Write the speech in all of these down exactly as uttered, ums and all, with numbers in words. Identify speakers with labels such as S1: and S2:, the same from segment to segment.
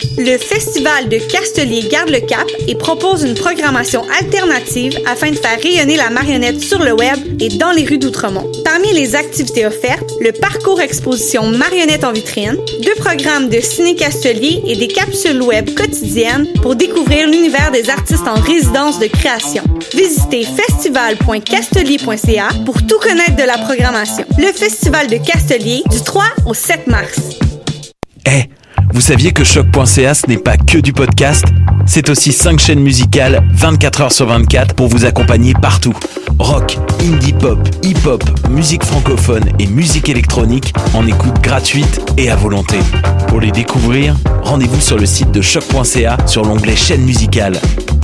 S1: Le Festival de Castelier garde le cap et propose une programmation alternative afin de faire rayonner la marionnette sur le web et dans les rues d'Outremont. Parmi les activités offertes, le parcours exposition Marionnette en vitrine, deux programmes de ciné-castelier et des capsules web quotidiennes pour découvrir l'univers des artistes en résidence de création. Visitez festival point castelier point c a pour tout connaître de la programmation. Le Festival de Castelier du trois au sept mars.
S2: Eh, hey, vous saviez que choc point c a ce n'est pas que du podcast? C'est aussi cinq chaînes musicales vingt-quatre heures sur vingt-quatre pour vous accompagner partout. Rock, indie pop, hip-hop, musique francophone et musique électronique en écoute gratuite et à volonté. Pour les découvrir, rendez-vous sur le site de choc point c a sur l'onglet chaîne musicale.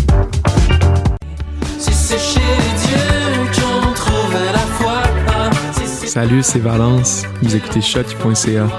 S3: Salut, c'est Valence. Vous écoutez choc point c a.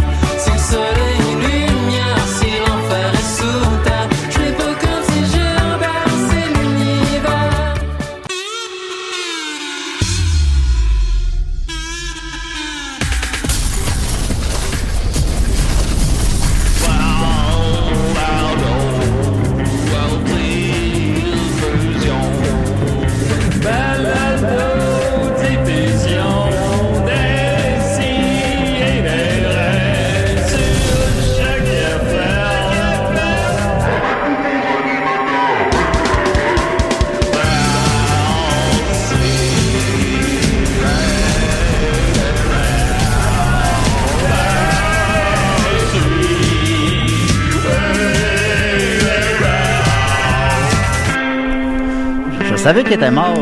S4: Je savais qu'il était mort.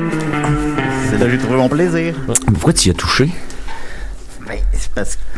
S4: C'est là que j'ai trouvé mon plaisir.
S5: Pourquoi tu y as touché?
S4: Ben, c'est parce que...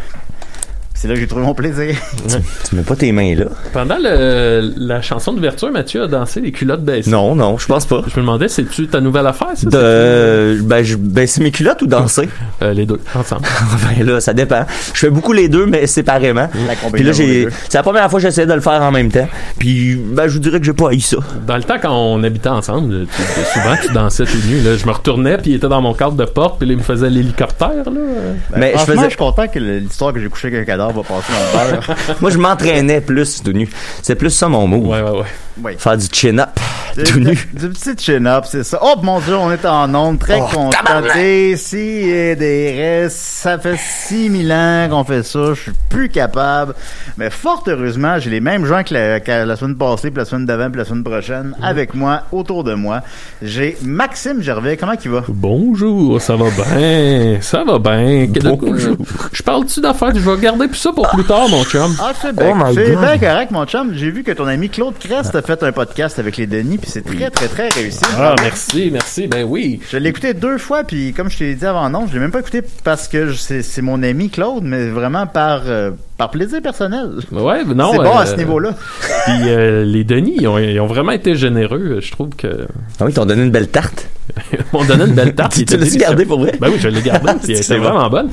S4: C'est là que j'ai trouvé mon plaisir.
S5: Tu, tu mets pas tes mains là.
S6: Pendant le, la chanson d'ouverture, Mathieu a dansé les culottes baissées.
S5: Non, non, je pense pas.
S6: Je me demandais, c'est-tu ta nouvelle affaire, ça?
S5: De, ben, je baisser mes culottes ou danser?
S6: Euh, les deux, ensemble.
S5: Ben là, ça dépend. Je fais beaucoup les deux, mais séparément. Puis là, j'ai, c'est la première fois que j'essaie de le faire en même temps. Puis, ben, je vous dirais que j'ai pas haï ça.
S6: Dans le temps, quand on habitait ensemble, tu, souvent, tu dansais tout nu, là. Je me retournais, puis il était dans mon cadre de porte, puis là, il me faisait l'hélicoptère, là.
S4: Ben, mais je faisais... je suis content que l'histoire que j'ai couché avec un cadavre va passer dans le beurre.
S5: Moi, je m'entraînais plus tout nu. C'est plus ça mon mot.
S6: Ouais, ouais, ouais.
S4: Oui.
S5: Faire du chin-up tout nu.
S4: Du petit chin-up, c'est ça. Oh mon Dieu, on est en onde, très oh, content. Ici et des restes, ça fait six mille ans qu'on fait ça, je suis plus capable. Mais fort heureusement, j'ai les mêmes gens que la, que la semaine passée, puis la semaine d'avant, puis la semaine prochaine, mmh. avec moi, autour de moi. J'ai Maxime Gervais, comment il va?
S6: Bonjour, ça va bien, ça va bien.
S5: Bonjour.
S6: Je parle-tu d'affaires? Je vais garder plus ça pour plus tard, mon chum.
S4: Ah, c'est bien, oh c'est bien correct, mon chum. J'ai vu que ton ami Claude Crest a fait un podcast avec les Denis, puis c'est très, très, très réussi.
S6: Ah, merci, merci, ben oui.
S4: Je l'ai écouté deux fois, puis comme je t'ai dit avant, non, je l'ai même pas écouté parce que c'est, c'est mon ami Claude, mais vraiment par... Euh, par plaisir personnel.
S6: Ouais, non.
S4: C'est bon
S6: euh,
S4: à ce niveau-là.
S6: Puis euh, les Denis, ils ont, ils ont vraiment été généreux. Je trouve que.
S5: Ah oui, ils t'ont donné une belle tarte.
S6: Ils m'ont donné une belle tarte.
S5: Tu, tu l'as gardée pour vrai?
S6: Ben oui, je l'ai gardée. Puis elle était vraiment bonne.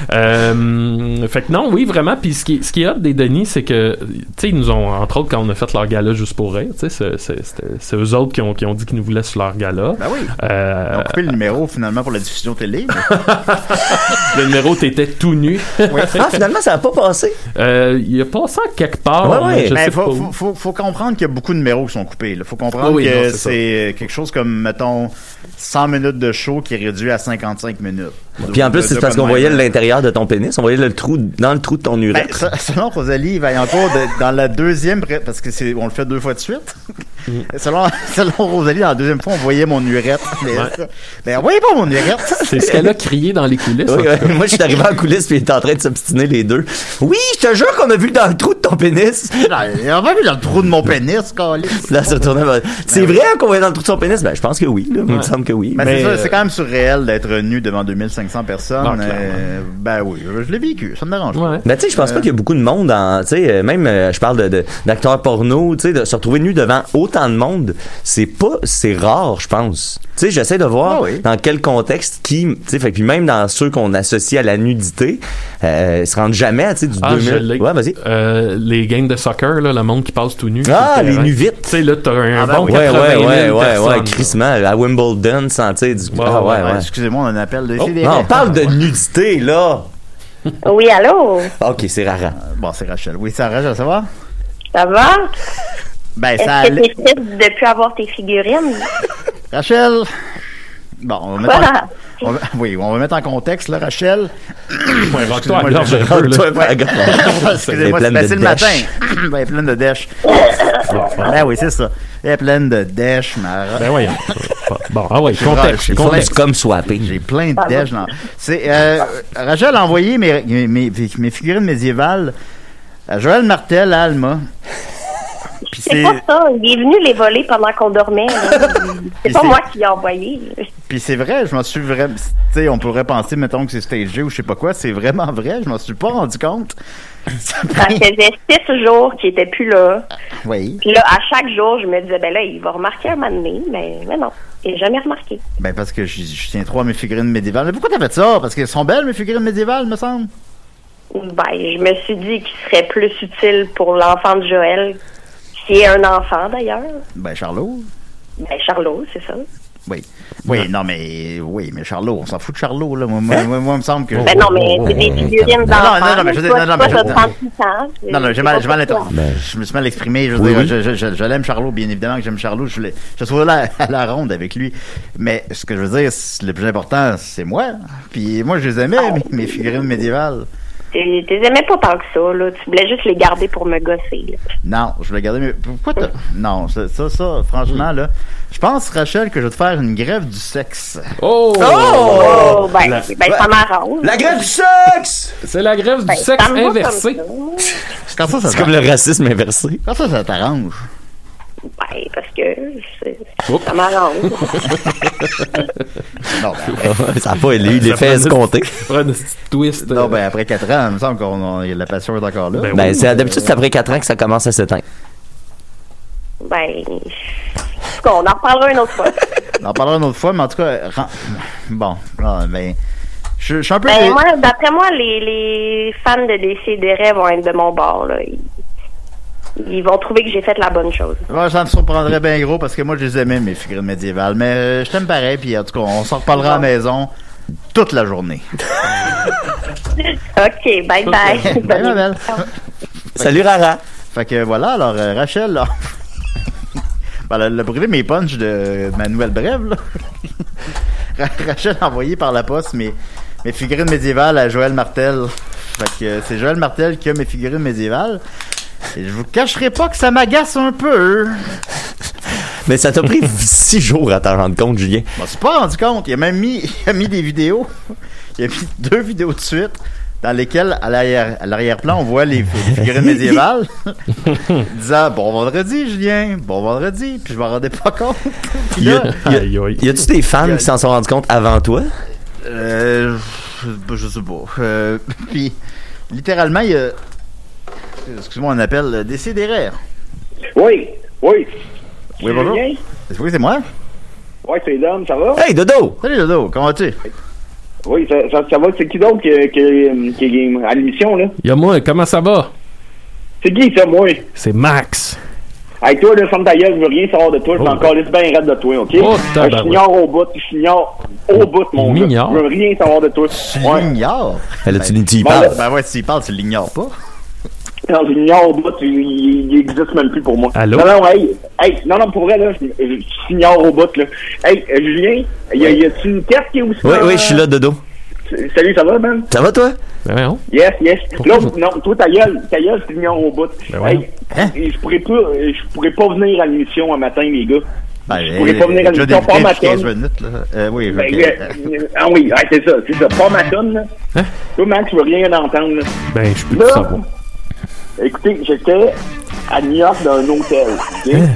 S6: Euh, fait que non, oui, vraiment. Puis ce qui, ce qui est hot des Denis, c'est que, tu sais, ils nous ont, entre autres, quand on a fait leur gala juste pour rire, tu sais, c'est, c'est, c'est, c'est eux autres qui ont, qui ont dit qu'ils nous voulaient sur leur gala.
S4: Ben oui.
S6: Euh,
S4: ils ont coupé le numéro finalement pour la diffusion télé. Mais...
S6: le numéro, t'étais tout nu.
S5: Oui. Ah, finalement, ça n'a pas passé.
S6: Euh, il a passé en quelque part.
S5: Ouais, ouais.
S6: Je
S4: ben,
S6: sais
S4: faut,
S6: pas
S4: faut, faut, faut comprendre qu'il y a beaucoup de numéros qui sont coupés. Il faut comprendre
S6: oui,
S4: que
S6: non, c'est,
S4: c'est quelque chose comme, mettons, cent minutes de show qui est réduit à cinquante-cinq minutes.
S5: Puis en plus, c'est parce qu'on voyait l'intérieur de ton pénis. On voyait le trou, dans le trou de ton urètre.
S4: Ben, selon Rosalie, il va y encore de, dans la deuxième, parce que c'est, on le fait deux fois de suite. Mm. selon, selon Rosalie, dans la deuxième fois, on voyait mon urètre. Mais, ouais. ben, voyez pas mon urètre.
S6: C'est ce qu'elle a crié dans les coulisses.
S5: Oui, ouais. Moi, je suis arrivé en coulisses puis il était en train de s'obstiner les deux. Oui, je te jure qu'on a vu dans le trou de ton pénis.
S4: Non, on a vu dans le trou de mon pénis, câlisse.
S5: Là, se retournait. Ben, c'est vrai qu'on voyait dans le trou de son pénis? Ben, je pense que oui, là. Ouais. Il me semble que oui.
S4: Ben,
S5: mais
S4: c'est, ça,
S5: euh...
S4: c'est quand même surréel d'être nu devant deux mille cinq cents personnes.
S6: Non,
S4: euh, ben oui, je l'ai vécu, ça me dérange pas.
S6: Ouais.
S5: Ben, tu sais, je pense euh... pas qu'il y a beaucoup de monde en, tu sais, même, euh, je parle de, de, d'acteurs porno, tu sais, de se retrouver nu devant autant de monde. C'est pas, c'est rare, je pense. Tu sais, j'essaie de voir
S4: ah, oui.
S5: dans quel contexte qui, tu sais, fait puis même dans ceux qu'on associe à la nudité, euh, ils se rendent jamais, tu sais, du
S6: ah,
S5: deux mille. Ouais, vas-y.
S6: Euh, les games de soccer, là, le monde qui passe tout nu.
S5: Ah, les nus vite.
S6: Tu sais, là, t'as un
S4: ah,
S6: bon
S5: ouais,
S6: quatre-vingt mille
S5: ouais, ouais,
S6: personnes.
S5: Ouais, ouais, crissement, à Wimbledon, sans, tu sais, du,
S6: ouais,
S5: ah, ouais, ouais,
S4: ouais. Excusez-moi, on a un appel de...
S5: Oh, non, on parle de nudité, là.
S7: Oui, allô?
S5: OK, c'est Rara.
S4: Euh, bon, c'est Rachel. Oui, c'est Rachel, ça va?
S7: Ça va?
S4: Ben,
S7: Est-ce
S4: ça
S7: que
S4: allait.
S7: t'es triste de plus avoir tes figurines?
S4: Rachel. Bon, on va mettre
S7: Voilà.
S4: en... on va- Oui, on va mettre en contexte, là, Rachel.
S6: Ouais,
S4: Excusez-moi,
S6: toi, gorge
S4: j'ai-
S6: un peu, là.
S5: Toi, ma gueule.
S4: Excusez-moi,
S5: Elle est
S4: c'est
S5: pleine
S4: ben,
S5: de
S4: c'est le
S5: dèche.
S4: matin. Ben, elle est pleine de dèche. Ben oui, c'est ça. Elle est pleine de dèche, ma...
S6: Ben voyons. Bon, ah ouais,
S4: J'ai-
S6: contexte.
S4: j'ai-
S6: contexte.
S5: Comme swapping.
S4: J'ai plein de dèche dans... C'est, euh, Rachel a envoyé mes, mes, mes, mes figurines médiévales à Joël Martel, à Alma. Puis
S7: C'est pas ça. Il est venu les voler pendant qu'on dormait. là. C'est
S4: Puis
S7: pas
S4: c'est-
S7: moi qui l'ai envoyé.
S4: Puis c'est vrai, je m'en suis vraiment... Tu sais, on pourrait penser, mettons, que c'est stagé ou je sais pas quoi. C'est vraiment vrai, je m'en suis pas rendu compte. Ça
S7: Ça faisait six jours qu'il était plus là.
S4: Oui.
S7: Puis là, à chaque jour, je me disais, ben là, il va remarquer un moment donné. Mais, mais non, il n'a jamais remarqué.
S4: Ben parce que je, je tiens trop à mes figurines médiévales. Mais pourquoi t'as fait ça? Parce qu'elles sont belles, mes figurines médiévales, me semble.
S7: Ben, je me suis dit qu'il serait plus utile pour l'enfant de Joël, qui est un enfant d'ailleurs.
S4: Ben, Charlot.
S7: Ben, Charlot, c'est ça.
S4: Oui. Oui, non, mais... Oui, mais Charlot, on s'en fout de Charlot, là. Moi, moi, moi, moi, il me semble que...
S7: Ben non, mais c'est des figurines
S4: Non,
S7: d'enfants.
S4: non, non, mais je veux dire,
S7: Toi,
S4: non, non,
S7: toi,
S4: mais je-
S7: t'as trente-six ans.
S4: Non, non, j'ai mal, j'ai mal
S7: C'est pas
S4: inter-
S5: Ben.
S4: Je me suis mal exprimé. Je veux
S5: Oui,
S4: dire,
S5: oui.
S4: je, je, je, je l'aime Charlot, bien évidemment que j'aime Charlot. Je voulais, je suis là à la ronde avec lui. Mais ce que je veux dire, c'est- le plus important, c'est moi. Puis moi, je les aimais, mes, mes figurines médiévales.
S7: Tu les aimais pas tant que ça, là. Tu voulais juste les garder pour me gosser, là.
S4: Non, je voulais garder mes... Pourquoi t'as... Non, ça, ça, ça, franchement, là... Je pense, Rachel, que je vais te faire une grève du sexe.
S6: Oh!
S7: Oh, ben,
S6: La-
S7: ben ça m'arrange.
S5: La grève du sexe!
S6: C'est la grève
S7: Ben,
S6: du sexe
S7: ça me va
S6: inversé.
S7: comme ça.
S4: Quand ça, ça,
S5: C'est comme le racisme inversé.
S4: Quand ça, ça t'arrange?
S7: Ben, parce que c'est-
S6: Oups.
S7: ça m'arrange.
S4: Non, ben,
S5: Ça n'a pas eu l'effet
S6: prend-
S5: escompté.
S6: Prends un petit twist.
S4: non,
S6: euh,
S4: ben, après quatre ans, il me semble que la passion est encore là.
S6: Ben
S5: Ben, c'est, d'habitude, c'est après quatre ans que ça commence à s'éteindre.
S7: Ben, en tout cas, on en reparlera une autre fois.
S4: On en parlera une autre fois, mais en tout cas, ren- bon, ah, ben, je, je suis un peu...
S7: Ben, moi, d'après moi, les, les fans de Décideret vont être de mon bord, là. Ils, ils vont trouver que j'ai fait la bonne chose.
S4: Ouais, ça me surprendrait bien gros parce que moi, je les aimais, mes figurines médiévales. Mais euh, je t'aime pareil, puis en tout cas, on s'en reparlera à la maison toute la journée.
S7: OK, bye bye.
S4: Bye, ma belle.
S5: Salut, Rara.
S4: Fait que voilà, alors euh, Rachel, là, ben, elle a brûlé mes punchs de, de ma nouvelle brève, là. Ra- Rachel a envoyé par la poste mes, mes figurines médiévales à Joël Martel. Fait que euh, c'est Joël Martel qui a mes figurines médiévales. Et je vous cacherai pas que ça m'agace un peu.
S5: Mais ça t'a pris six jours à t'en rendre compte, Julien.
S4: Je m'en suis pas rendu compte. Il a même mis, il a mis des vidéos. Il a mis deux vidéos de suite dans lesquelles, à l'arrière, à l'arrière-plan, on voit les, les figurines médiévales. disant, bon vendredi, Julien, bon vendredi. Puis je m'en rendais pas compte. Puis
S5: Y a,
S4: là,
S5: y a-
S6: Aïe, aïe.
S5: y a-tu des fans
S4: Y a-
S5: qui s'en sont rendus compte avant toi?
S4: euh, je, je sais pas. Euh, puis, littéralement, il y a, excuse-moi, on appelle euh, Décideret.
S8: Oui, oui.
S4: Oui, bonjour.
S8: Julien?
S4: Oui, c'est moi.
S8: Oui, c'est Dom, ça va?
S5: Hey, Dodo!
S4: Salut, Dodo. Comment vas-tu?
S8: Oui, ça, ça, ça va. C'est qui d'autre qui, qui, qui est à l'émission, là?
S6: Y'a moi, comment ça va?
S8: C'est qui, ça, moi?
S6: C'est Max.
S8: Hey, toi, là, ferme ta gueule, je veux rien savoir de toi. Je
S6: Oh.
S8: vais encore laisser bien raide de toi, OK?
S6: Oh,
S8: je
S6: tabarouette.
S8: t'ignore au bout, je t'ignore au bout, mon
S6: Il
S8: gars.
S6: m'ignore.
S8: Je veux rien savoir de toi.
S4: Tu
S8: Ouais.
S4: l'ignores.
S5: Elle a-tu une petite
S8: Bon,
S5: parle?
S4: Ben ouais, s'il parle, tu l'ignores pas.
S8: Non, je l'ignore au bout, il, il, il existe même plus pour moi.
S6: Allô?
S8: Non, non, hey, hey, non, non, pour vrai, là, je, je, je t'ignore au bout, là. Hey, euh, Julien, y, a- y a-tu une carte qui est aussi
S5: Oui,
S8: dans-
S5: oui, je suis là, Dodo.
S8: Salut, ça va, man?
S5: Ça va, toi?
S6: Ben voyons.
S8: Yes, yes.
S6: Pourquoi
S8: Là, non, toi, ta gueule, ta gueule, je t'ignore au bout.
S6: Ben voyons.
S4: Hein?
S8: Hey, je pourrais pas, je pourrais pas venir à l'émission un matin, les gars.
S4: Ben,
S8: Je pourrais pas venir à
S4: déjà
S8: l'émission,
S4: débuté
S8: pas ma
S4: depuis quinze
S8: tonne.
S4: minutes, là. Euh, oui,
S8: Ben,
S4: ok.
S8: euh, ah oui, ouais, c'est ça, c'est ça. Pas ma tonne, là.
S6: Hein?
S8: Toi, Max, je veux rien entendre, là.
S6: Ben, je peux tout
S8: Là,
S6: savoir.
S8: écoutez, j'étais à New York dans un hôtel, ok?
S6: Hein?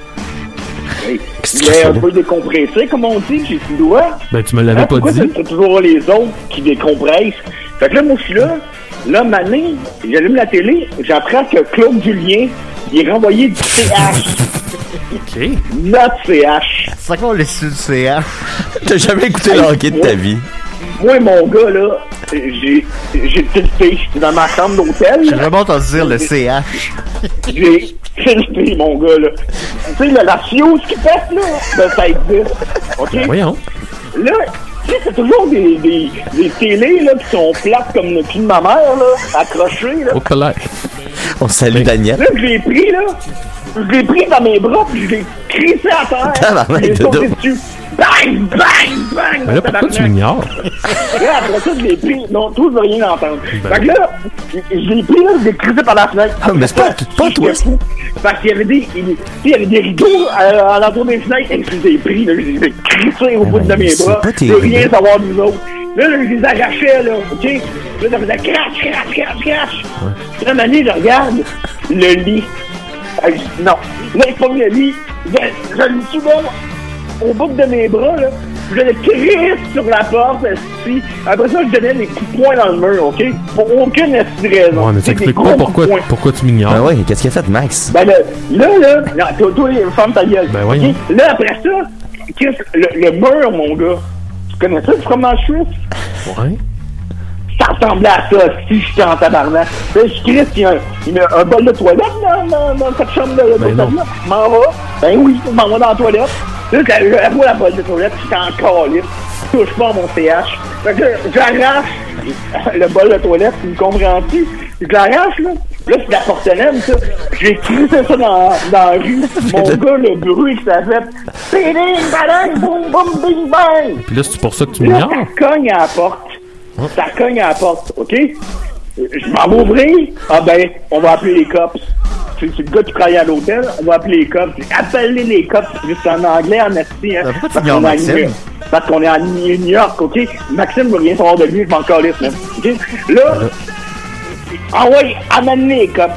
S8: Oui.
S6: Qu'est-ce
S8: Il
S6: que
S8: est
S6: tu
S8: un
S6: fais?
S8: peu décompressé, comme on dit, j'ai tout droit.
S6: Ben, tu me l'avais
S8: Hein,
S6: pas
S8: pourquoi
S6: dit.
S8: c'est toujours les autres qui décompressent? Fait que là, moi, je suis là. Là, Mané, j'allume la télé, j'apprends que Claude Julien, il est renvoyé du C H.
S6: OK.
S8: Notre C H.
S4: C'est ça qu'on les su du C H.
S5: T'as jamais écouté le hockey de ta vie.
S8: Moi, mon gars, là, j'ai, j'ai tilté. J'étais dans ma chambre d'hôtel.
S4: J'ai
S8: là.
S4: vraiment entendu dire le C H.
S8: J'ai tilté, mon gars, là. Tu sais, là, la fuse qui pète, là, ben, ça existe. OK?
S6: Voyons.
S8: Là, Tu sais, c'est toujours des, des, des télés, là, qui sont plates comme le cul de ma mère, là, accrochées, là.
S6: Au palais.
S5: On salue Daniel.
S8: Là, je l'ai pris, là. Je l'ai pris dans mes bras, puis je l'ai crissé à terre.
S5: Tabarnak,
S8: Je l'ai sauté
S5: Dodo.
S8: dessus. Bang, bang, bang.
S6: Mais là, pourquoi tu m'ignores?
S8: Là, après ça, je l'ai pris. Non, toi, je veux rien entendre.
S6: Ben.
S8: Fait que là, je l'ai pris, là, je l'ai crissé par la fenêtre.
S5: Ah, mais c'est pas, pas toi.
S8: J'étais fou. Parce qu'il y avait des, il, il y avait des rideaux euh, à l'entour des fenêtres. Et je les ai pris, là, je les ai crissés au
S5: Ah,
S8: bout de
S5: ben,
S8: mes
S5: c'est
S8: bras.
S5: pas tes
S8: Je veux rien
S5: rideaux.
S8: savoir de nous autres. Là, là, je les arrachais, là, OK? Là, ça faisait crash, crash, crash, crash. Là, à un moment donné, je regarde le lit. Euh, je dis, non. Là, je prends le lit. Je, je le soulève au bout de mes bras, là. Je le crisse sur la porte, esti. Après ça, je donnais des coups de poing dans le mur, OK? Pour aucune esti raison.
S6: Ouais, mais
S8: C'est
S6: t'expliques
S8: des
S6: pas
S8: gros
S6: pourquoi,
S8: coups de poing.
S6: pourquoi tu m'ignores.
S5: Ben ouais, qu'est-ce qu'il a fait, Max?
S8: Ben là, là, là, non, toi, toi, ferme ta gueule.
S6: Ben voyons.
S8: OK? Là, après ça, Chris, le, le mur, mon gars, tu connais ça, le fromage suisse?
S6: Ouais.
S8: Ça ressemblait à ça, si j'étais en tabarnak. Là, je Chris, il y a un, il y a un bol de toilette dans, dans, dans cette chambre de
S6: Ben
S8: d'hôtel
S6: non.
S8: là. Je m'en vais. Ben oui, je m'en vais dans la toilette. Là, quand je vois la bolle de toilette, j'étais en calice. Je touche pas à mon C H. Fait que là, j'arrache le bol de toilette, tu me comprends-tu? Je l'arrache, là. Là, c'est de la porcelaine, ça. J'ai crissé ça dans, dans la rue. Mon gars, le bruit que ça fait. Bing, bang, boum, boum, bing, bang!
S6: Puis là, c'est pour ça que tu
S8: Là,
S6: m'ignores?
S8: ça cogne à la porte. Ça cogne à la porte, OK? Je m'en vais ouvrir. Ah ben, on va appeler les cops. C'est c'est le gars qui travaille à l'hôtel. On va appeler les cops. Appelez les cops. C'est en anglais, en esti, hein.
S4: Pourquoi tu
S8: Parce
S4: ignores
S8: qu'on est à
S4: Maxime?
S8: New- Parce qu'on est à New York, OK? Maxime veut rien savoir de lui. Je m'en calisse, même. OK? Là, ah ouais, amenez les cops.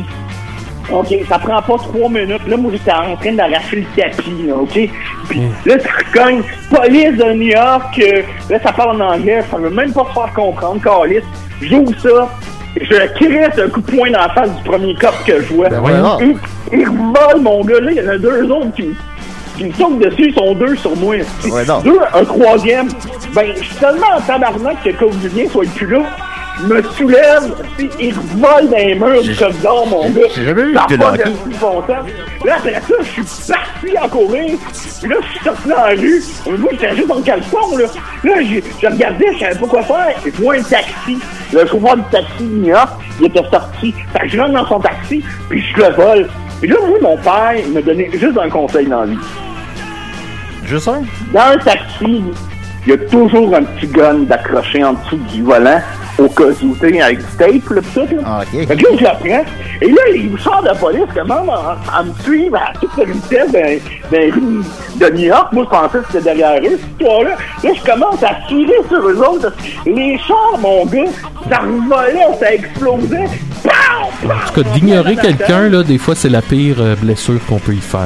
S8: OK, ça prend pas trois minutes. Là, moi, j'étais en train d'arracher le tapis, là, OK? Puis là, ça cogne. Police de New York. euh, là, ça parle en anglais. Ça veut même pas faire comprendre, calice. J'ouvre ça. Je crisse un coup de poing dans la face du premier cop que je vois.
S6: Ben voyons.
S8: il, il vole, mon gars. Là, il y en a deux autres qui, qui me sautent dessus. Ils sont deux sur moi.
S4: Ouais, non.
S8: Deux, un troisième. Ben, je suis tellement en tabarnak que quand Julien soit plus là, je me soulève, puis il vole dans les murs du corridor, mon gars.
S4: j'ai jamais eu
S8: Ça
S4: de
S8: a pas
S4: hockey.
S8: de bon sens. Là, après ça, je suis parti en courir. Puis là, je suis sorti dans la rue. Moi, j'étais juste en caleçon, là. Là, j'ai- je regardais, je savais pas quoi faire. Et je vois un taxi. Le chauffeur du taxi de New York, il était sorti. Fait que je rentre dans son taxi, puis je le vole. Et là, moi, mon père, il m'a donné juste un conseil dans la vie.
S4: Juste un?
S8: Dans un taxi, il y a toujours un petit gun d'accroché en dessous du volant, au cas où, tu sais, avec du tape, là, pis tout, là.
S4: Ah, ok.
S8: Fait que là, je la prends, et là, les bouchards de police commencent à, à me suivre à toute la vitesse dans dans les rues de New York. Moi, je pensais que c'était derrière eux, cette histoire-là. Là, je commence à tirer sur eux autres. Les chars, mon gars, ça revolait, ça explosait. Pow! Pow!
S6: En tout cas, d'ignorer quelqu'un, là, des fois, c'est la pire euh, blessure qu'on peut y faire.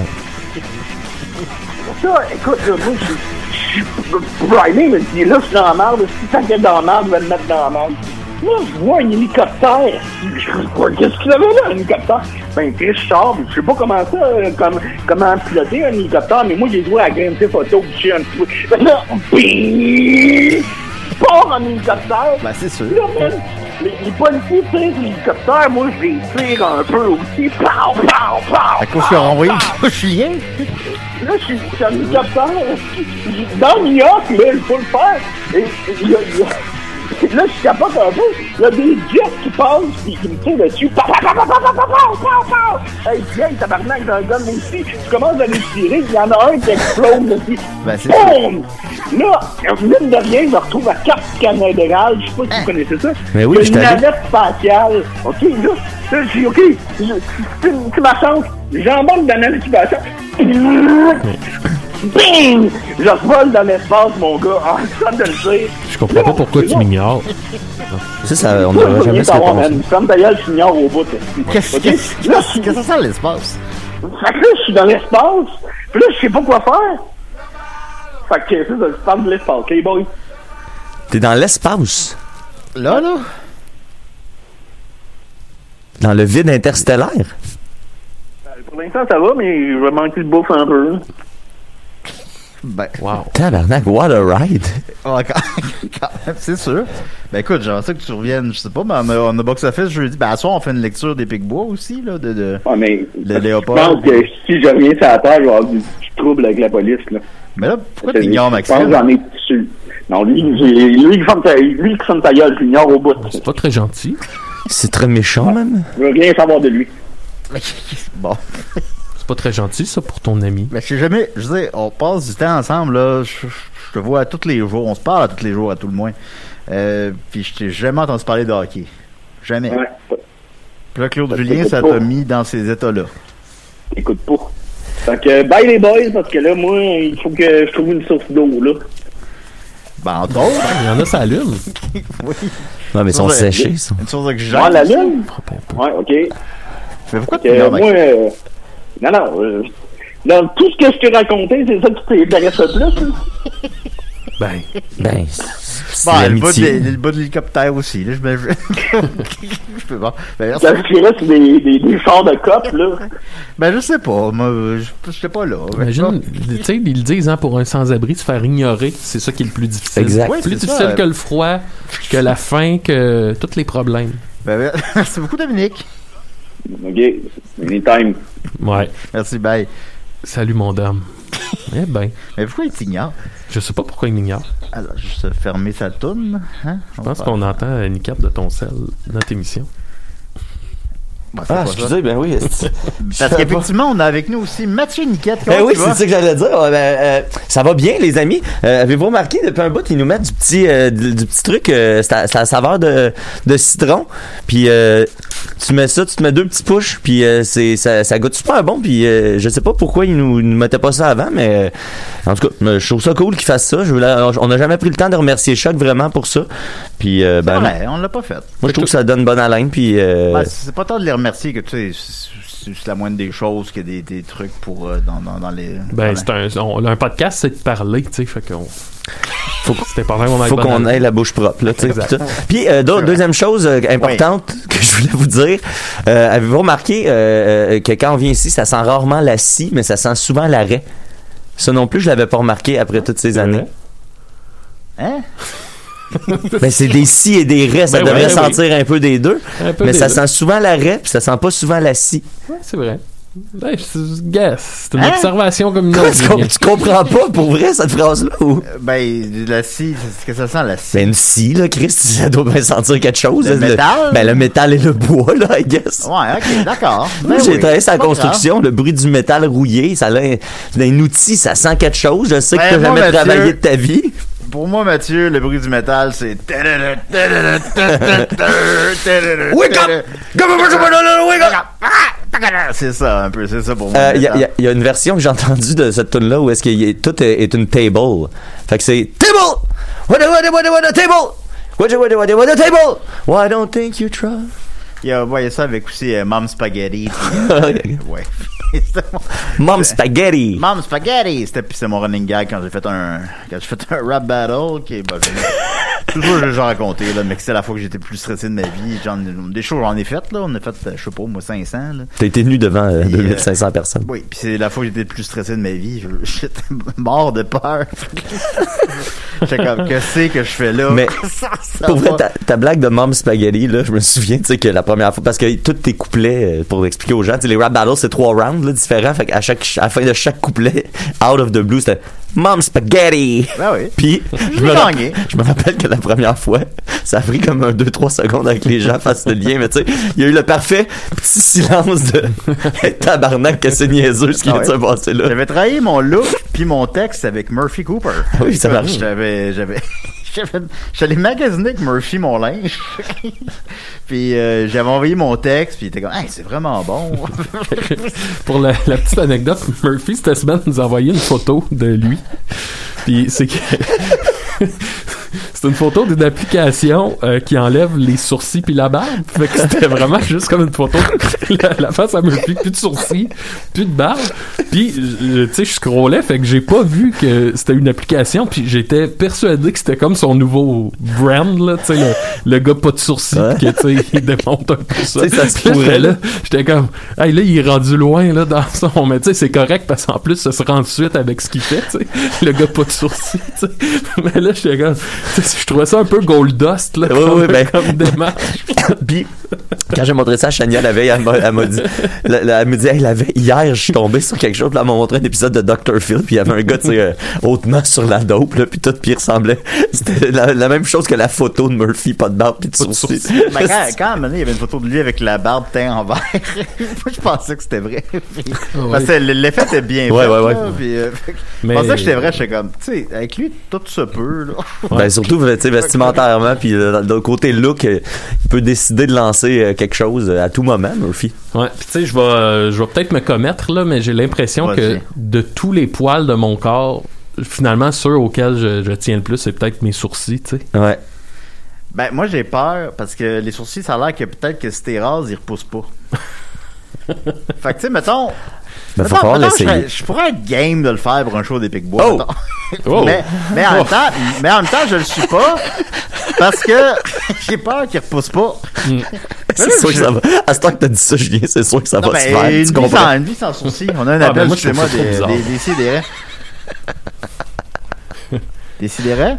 S8: Ça, écoute, là, moi, je je suis. Brian me dit, là, je suis dans la merde, si ça vient dans la merde, je vais me mettre dans la merde. Là, je vois un hélicoptère. Je crois, qu'est-ce qu'il avait là, un hélicoptère? Ben, Chris, je sors, je sais pas comment ça, euh, comme, comment piloter un hélicoptère, mais moi, j'ai joué à Grand Theft Auto, puis je suis un petit peu. Fait que là, bing! Je pars en hélicoptère.
S4: Ben, c'est sûr.
S8: Là, man, les, les policiers tirent l'hélicoptère, moi, je les tire un peu aussi. Pow, pow, pow!
S4: À cause qu'ils ont renvoyé le chien.
S8: Là, je suis je suis en hélicoptère. Dans New York, là, il faut le faire. Et il y a- il y a- là, je capote un peu. Il y a des jets qui passent et qui me tirent dessus. Pow, pow, pow, pow, pow, pow, pow, pow, pow. Hey, viens, tabarnak, dans le gun, moi aussi. Tu commences à les tirer. Il y en a un qui explose aussi.
S4: Ben, c'est
S8: Boum! Là, mine de rien, je me retrouve à Cap Canaveral. Je sais pas si vous connaissez ça.
S5: Mais oui,
S8: Il y a
S5: j'étais
S8: une
S5: allé.
S8: navette spatiale. OK, là, là je dis, OK, je- c'est une- c'est ma chance. J'embarque dans la navette spatiale. Bing! Je vole dans l'espace, mon gars. Ah, ça de le dire.
S6: Je comprends pas pourquoi tu m'ignores.
S5: Ça, ça on
S8: Toi, je
S5: n'aurait
S8: veux
S5: jamais
S8: rien
S5: se
S8: savoir,
S5: répondre.
S8: man. Comme d'ailleurs, je t'ignore au bout.
S4: Qu'est-ce
S8: OK?
S4: qu'est-ce-
S8: Là,
S4: qu'est-ce que ça sent l'espace?
S8: Fait que là, je suis dans l'espace. Puis là, je sais pas quoi faire. Fait que c'est ça, je parle de l'espace. OK, boy?
S5: T'es dans l'espace.
S4: Là, là?
S5: Dans le vide interstellaire.
S8: Pour l'instant, ça va, mais je vais manquer de bouffe un peu.
S4: Ben,
S6: Wow.
S5: Tabarnak, what a ride.
S4: ouais, quand, quand même, c'est sûr. Ben écoute, j'aimerais ça que tu reviennes, je sais pas, mais on a, on a box-office jeudi. Ben à soir, on fait une lecture des Picbois aussi, là, de... de...
S8: Ouais, mais
S4: Le
S8: je
S4: Léopold.
S8: pense que si je reviens sur la terre, je vais avoir du, du trouble avec la police, là.
S4: Mais là, pourquoi
S8: Je-
S4: t'ignores
S8: Je pense
S4: Maxime?
S8: que j'en ai dessus. Non, lui, lui, lui, il ferme ta, lui, il ferme ta gueule, tu l'ignores au bout.
S6: C'est pas très gentil.
S5: C'est très méchant, même.
S8: Je veux rien savoir de lui.
S4: Bon.
S6: C'est pas très gentil, ça, pour ton ami.
S4: Ben, je sais jamais, je sais, on passe du temps ensemble, là, je, je te vois à tous les jours, on se parle à tous les jours, à tout le moins. Euh, puis je t'ai jamais entendu parler de hockey. Jamais.
S8: Ouais.
S4: Puis là, Claude
S8: Ça
S4: Julien,
S8: t'écoute
S4: ça
S8: pas.
S4: t'a mis dans ces états-là.
S8: Écoute pas. Fait que, bye les boys, parce que là, moi, il faut que je trouve une source d'eau, là.
S4: Ben, entre autres.
S6: Il y en a, ça allume.
S4: Oui.
S5: Non, mais ils sont séchés, ça.
S4: Une source d'oxygène.
S8: Ah, la lune? Ouais, OK.
S4: Mais pourquoi tu
S8: Fait que,
S4: me
S8: moi, euh, non, non, euh, dans tout ce que je t'ai raconté, c'est ça qui t'intéresse le plus, hein?
S6: Ben,
S5: Ben, c'est
S4: Bon, le bas, de,
S5: l'amitié.
S4: le bas de l'hélicoptère aussi, là, je me... je peux pas. Ben, merci.
S8: Ça me tirait sur des, des, des chars de cop, là.
S4: Ben, je sais pas, moi, je j'étais pas là.
S6: imagine, tu sais, ils le disent, hein, pour un sans-abri, se faire ignorer, c'est ça qui est le plus difficile.
S5: Exact.
S4: Oui,
S6: Plus
S4: c'est
S6: difficile
S4: ça.
S6: que le froid, que la faim, que tous les problèmes.
S4: Ben, ben, merci beaucoup, Dominique.
S8: OK, anytime.
S6: Ouais.
S4: Merci, bye.
S6: Salut, mon dame. Eh ben,
S4: Mais pourquoi il t'ignore?
S6: je sais pas pourquoi il m'ignore.
S4: Alors, juste fermer sa toune, hein?
S6: Je pense qu'on entend une carte de ton sel dans notre émission.
S4: Ben, c'est
S5: Ah,
S4: pas ça.
S5: excusez, ben oui. c'est-
S4: Parce qu'effectivement, on a avec nous aussi Mathieu Niquette.
S5: Ben
S4: Comment
S5: oui,
S4: tu
S5: c'est
S4: vas?
S5: ça que j'allais dire. Euh, ben, euh, ça va bien, les amis. Euh, avez-vous remarqué, depuis un bout, ils nous mettent du petit, euh, du, du petit truc, euh, c'est à, c'est à la saveur de, de citron. Puis euh, tu mets ça, tu te mets deux petits pushs, puis euh, c'est, ça, ça goûte super bon. Puis euh, je sais pas pourquoi ils nous, nous mettaient pas ça avant, mais euh, en tout cas, euh, je trouve ça cool qu'ils fassent ça. Je voulais- on n'a jamais pris le temps de remercier Choc vraiment pour ça. Puis euh, ben,
S4: C'est
S5: moi,
S4: vrai, on l'a pas fait.
S5: je trouve que ça donne bonne haleine. Puis euh,
S4: Ben, c'est pas tant de les remercier que, tu sais, c'est c'est la moindre des choses que des, des trucs pour euh, dans, dans, dans les...
S6: Ben,
S4: dans
S6: c'est un, on, un podcast, c'est de parler, tu sais, fait qu'on... Faut c'était pas vraiment
S5: faut qu'on ait la bouche propre, là, tu sais.
S6: Exact.
S5: Puis tout. Puis, euh, deux- deuxième chose euh, importante que je voulais vous dire, euh, avez-vous remarqué euh, euh, que quand on vient ici, ça sent rarement la scie, mais ça sent souvent l'arrêt. Ça non plus, je l'avais pas remarqué après toutes ces années.
S4: Hein?
S5: Ben, c'est des scies et des raies, ça
S6: Ben
S5: devrait
S6: ouais,
S5: sentir un peu des deux,
S6: Un peu
S5: mais
S6: des
S5: ça
S6: deux.
S5: sent souvent l'arrêt, puis ça sent pas souvent la scie.
S6: Ouais, c'est vrai. Ben, c'est, guess, c'est une
S4: Hein?
S6: observation comme une autre.
S5: Tu, com- tu comprends pas pour vrai cette phrase-là ou?
S4: Euh, Ben, la scie, c'est ce que ça sent, la scie.
S5: Ben, une scie, là, Chris, ça doit bien sentir quelque chose.
S4: Le
S5: là.
S4: métal?
S5: Ben, le métal et le bois, là, I guess.
S4: Ouais, ok, d'accord.
S5: Moi,
S4: Ben
S5: j'ai
S4: oui,
S5: travaillé sur la
S4: c'est pas
S5: construction, le bruit du métal rouillé, ça a un, un outil, ça sent quelque chose. Je sais que
S4: Ben,
S5: tu n'as
S4: moi,
S5: jamais
S4: Mathieu-
S5: travaillé de ta vie.
S4: grave. Pour moi, Mathieu, le bruit du métal, c'est...
S5: Wake up! Wake up!
S4: C'est ça, un peu, c'est ça pour moi.
S5: Euh,
S4: le
S5: Il y, a-
S4: métal.
S5: y a- y a une version que j'ai entendue de cette tune là où est-ce que y a- tout est, est une table. Fait que c'est table! What a, what a, what a, what a table! What a, what a, what a, what a table! Why don't think you try?
S4: Il y a, ouais, il y a ça avec aussi euh, Mom Spaghetti. puis, euh, ouais. C'était mon-
S5: Mom spaghetti!
S4: Mom Spaghetti! C'était, puis c'est mon running gag quand j'ai fait un, quand j'ai fait un rap battle, qui est, bah, toujours, j'ai déjà raconté, là, mais que c'était la fois que j'étais le plus stressé de ma vie. Genre, des choses, j'en ai faites, là. On a fait, euh, je sais pas, moi, cinq cents, là.
S5: T'as été nu devant euh,
S4: Et,
S5: deux mille cinq cents personnes.
S4: Oui, puis c'est la fois que j'étais le plus stressé de ma vie. Je- J'étais mort de peur. J'étais comme, que c'est que je fais là?
S5: Mais,
S4: Ça, ça
S5: Pour vrai,
S4: va.
S5: ta, ta blague de Mom Spaghetti, là, je me souviens, tu sais, que la première fois, parce que tous tes couplets, euh, pour expliquer aux gens, tu sais, les rap battles, c'est trois rounds, là, différents, fait qu'à chaque, à la fin de chaque couplet, out of the blue, c'était Mom Spaghetti!
S4: Ben oui.
S5: Puis, je me,
S4: l'ai
S5: rappelle,
S4: gagné.
S5: je me rappelle que la première fois, ça a pris comme un deux trois secondes avec les gens fassent le lien, mais tu sais, il y a eu le parfait petit silence de tabarnak que c'est niaiseux ce qui
S4: Ah
S5: vient de se
S4: ouais.
S5: passer là.
S4: J'avais travaillé mon look puis mon texte avec Murphy Cooper.
S5: Oui, ça marche.
S4: J'avais, j'avais, j'avais, j'allais magasiner avec Murphy mon linge. Puis euh, j'avais envoyé mon texte puis il était comme, hey, c'est vraiment bon.
S6: Pour la, la petite anecdote, Murphy, cette semaine, nous a envoyé une photo de lui. Puis c'est que... c'est une photo d'une application euh, qui enlève les sourcils puis la barbe. Fait que c'était vraiment juste comme une photo de la, la face à Murphy, plus de sourcils, plus de barbe. Puis, euh, tu sais, je scrollais, fait que j'ai pas vu que c'était une application, puis j'étais persuadé que c'était comme son nouveau brand, là, tu sais, le, le gars pas de sourcils,
S5: Ouais.
S6: pis que, tu sais, il démonte un peu ça.
S5: Tu sais, ça se
S6: Puis là,
S5: pourrait,
S6: j'étais
S5: là.
S6: là, j'étais comme, hey, là, il est rendu loin, là, dans son, mais tu sais, c'est correct, parce qu'en plus, ça se rend de suite avec ce qu'il fait, tu sais, le gars pas de sourcils, tu sais. Mais là, j'étais comme, tu sais, je trouvais ça un peu gold dust, là,
S5: oui,
S6: comme,
S5: oui, ben,
S6: comme démarche.
S5: Puis, quand j'ai montré ça à Chania la veille, elle m'a, elle m'a dit, la, la, elle me dit, hey, la veille, hier, je suis tombé sur quelque chose, puis elle m'a montré un épisode de docteur Phil, puis il y avait un gars, tu sais, euh, hautement sur la dope, là, puis tout, puis il ressemblait, c'était la, la même chose que la photo de Murphy, pas de barbe, puis de sourcils.
S4: Mais quand, quand à un moment donné, il y avait une photo de lui avec la barbe teint en vert, moi, je pensais que c'était vrai. Parce que l'effet était bien
S5: ouais,
S4: fait,
S5: ouais, ouais.
S4: là, puis, euh,
S6: Mais...
S4: je pensais que j'étais vrai, j'étais comme, tu sais, avec lui, tout se peut, là.
S5: Ben, surtout, tu sais, vestimentairement, puis euh, de côté look, euh, il peut décider de lancer euh, quelque chose euh, à tout moment, Murphy.
S6: Ouais, puis tu sais, je vais, euh, je vais peut-être me commettre, là, mais j'ai l'impression
S4: Vas-y.
S6: que de tous les poils de mon corps, finalement, ceux auxquels je, je tiens le plus, c'est peut-être mes sourcils, tu sais.
S5: Ouais.
S4: Ben, moi, j'ai peur, parce que les sourcils, ça a l'air que peut-être que si t'es rase, ils repoussent pas. Fait que, tu sais, mettons...
S5: Ben, faut
S4: mettons,
S5: falloir
S4: mettons, je,
S5: l'essayer.
S4: serais- je pourrais être game de le faire pour un show des Pic-Bois,
S5: Oh!
S4: mettons.
S6: Oh!
S4: mais, mais, en même temps, mais en même temps, je le suis pas, parce que j'ai peur qu'il repousse pas.
S5: C'est
S4: là,
S5: sûr
S4: je-
S5: que ça va. À ce temps que t'as dit ça, Julien, c'est sûr que ça
S4: Non,
S5: va se
S4: ben,
S5: faire.
S4: une,
S5: Tu
S4: vie
S5: comprends?
S4: sans, une vie sans sourcils. On a un
S6: Ah,
S4: appel,
S6: ben, moi, je trouve
S4: excusez-moi,
S6: ça trop
S4: des,
S6: bizarre.
S4: des, des sidérés. Des sidérés?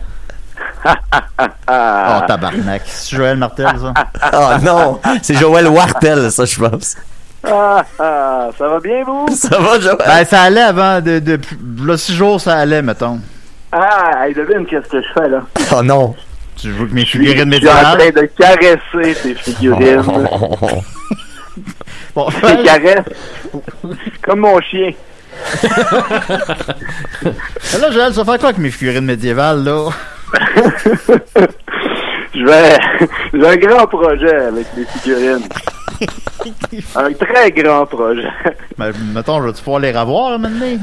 S4: Oh, tabarnak. C'est Joël Martel, ça?
S5: Ah non, c'est Joël Wartel, ça, je pense.
S8: Ah, ah, ça va bien, vous?
S5: Ça va, Joël?
S4: Ben, ça allait avant de, de, là, six jours, ça allait, mettons.
S8: Ah, hey, devine qu'est-ce que je fais, là?
S5: Oh non.
S4: Tu veux que mes
S8: Je suis
S4: figurines
S8: je suis en train
S4: médiévales?
S8: de caresser tes figurines.
S4: Bon,
S8: Je les caresse. Comme mon chien.
S4: là, Joël, tu vas faire quoi avec mes figurines médiévales, là?
S8: Je vais. J'ai un grand projet avec les figurines. Un très grand projet.
S4: Ben, mettons, je vais-tu pouvoir les revoir, là, maintenant?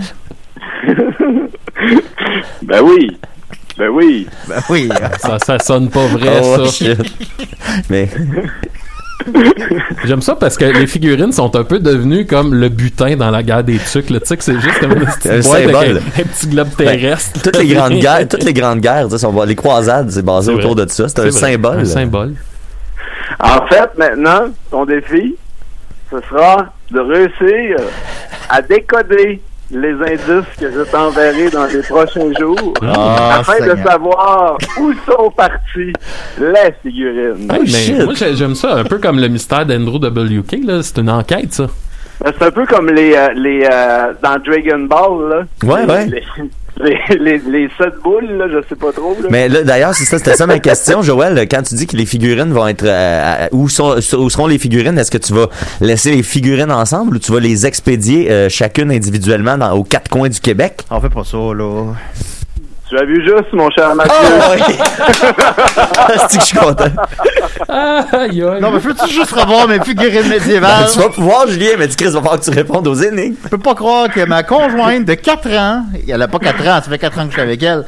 S8: Ben oui. Ben oui.
S4: Ben oui.
S6: Ça, ça sonne pas vrai,
S5: Oh,
S6: ça.
S5: shit. Mais,
S6: J'aime ça parce que les figurines sont un peu devenues comme le butin dans la guerre des tucs. Là. Tu sais que c'est juste comme une petite
S5: Un
S6: boîte avec
S5: symbole.
S6: un, un petit globe terrestre.
S5: toutes les grandes guerres, toutes les grandes guerres, tu sais, sont- les croisades, c'est basé
S6: C'est
S5: autour
S6: vrai.
S5: de ça. C'est,
S6: C'est
S5: un
S6: vrai.
S5: symbole.
S6: Un symbole.
S8: En fait, maintenant, ton défi, ce sera de réussir à décoder les indices que je t'enverrai dans les prochains jours
S4: Ah,
S8: afin
S4: Seigneur.
S8: de savoir où sont parties les figurines.
S6: Hey,
S5: Oh,
S6: mais
S5: shit.
S6: moi, j'ai- j'aime ça. Un peu comme le mystère d'Andrew W K. Là. C'est une enquête, ça.
S8: C'est un peu comme les, euh, les euh, dans Dragon Ball, là.
S5: Ouais,
S8: les,
S5: ouais.
S8: Les, les, les, les sept boules, là, je sais pas trop. Là.
S5: Mais là, d'ailleurs, c'est ça, c'était ça ma question, Joël. Quand tu dis que les figurines vont être, euh, à- où, sont, où seront les figurines, est-ce que tu vas laisser les figurines ensemble ou tu vas les expédier euh, chacune individuellement dans, aux quatre coins du Québec?
S4: On fait pas ça, là.
S8: Tu as vu juste, mon cher Mathieu.
S5: Oh, oui! C'est que je suis content.
S6: Ah, aïe, aïe.
S4: Non, mais peux-tu juste revoir mes figurines médiévales?
S5: Ben, tu vas pouvoir, Julien, mais tu Chris, va falloir que tu répondes aux énigmes.
S4: Je peux pas croire que ma conjointe de quatre ans, elle a pas quatre ans, ça fait quatre ans que je suis avec elle.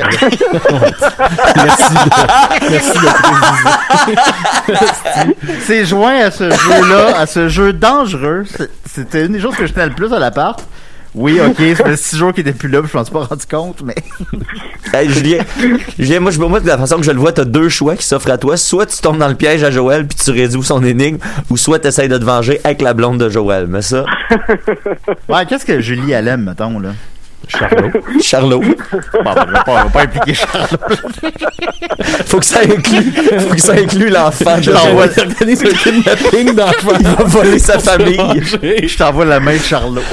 S6: Merci de, merci de préciser.
S4: s'est joint à ce jeu-là, à ce jeu dangereux. C'est- C'était une des choses que je tenais le plus à l'appart. Oui, ok, ça fait six jours qu'il était plus là, puis je m'en suis pas rendu compte, mais...
S5: Hey, Julien, Julien, moi, je, moi, de la façon que je le vois, t'as deux choix qui s'offrent à toi. Soit tu tombes dans le piège à Joël puis tu résous son énigme, ou soit tu essaies de te venger avec la blonde de Joël. Mais ça,
S4: Ouais, qu'est-ce que Julie, elle aime, mettons, là?
S6: Charlot.
S5: Charlot,
S4: Bon, ben, je vais pas, je vais pas impliquer Charles.
S5: faut que ça inclue, faut que ça inclue l'enfant de
S4: Je l'envoie-
S5: Joël.
S6: Il organise un kidnapping d'enfants.
S5: Il va voler sa famille.
S4: Je t'envoie la main de Charlot.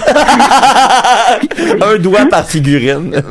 S5: Un doigt par figurine.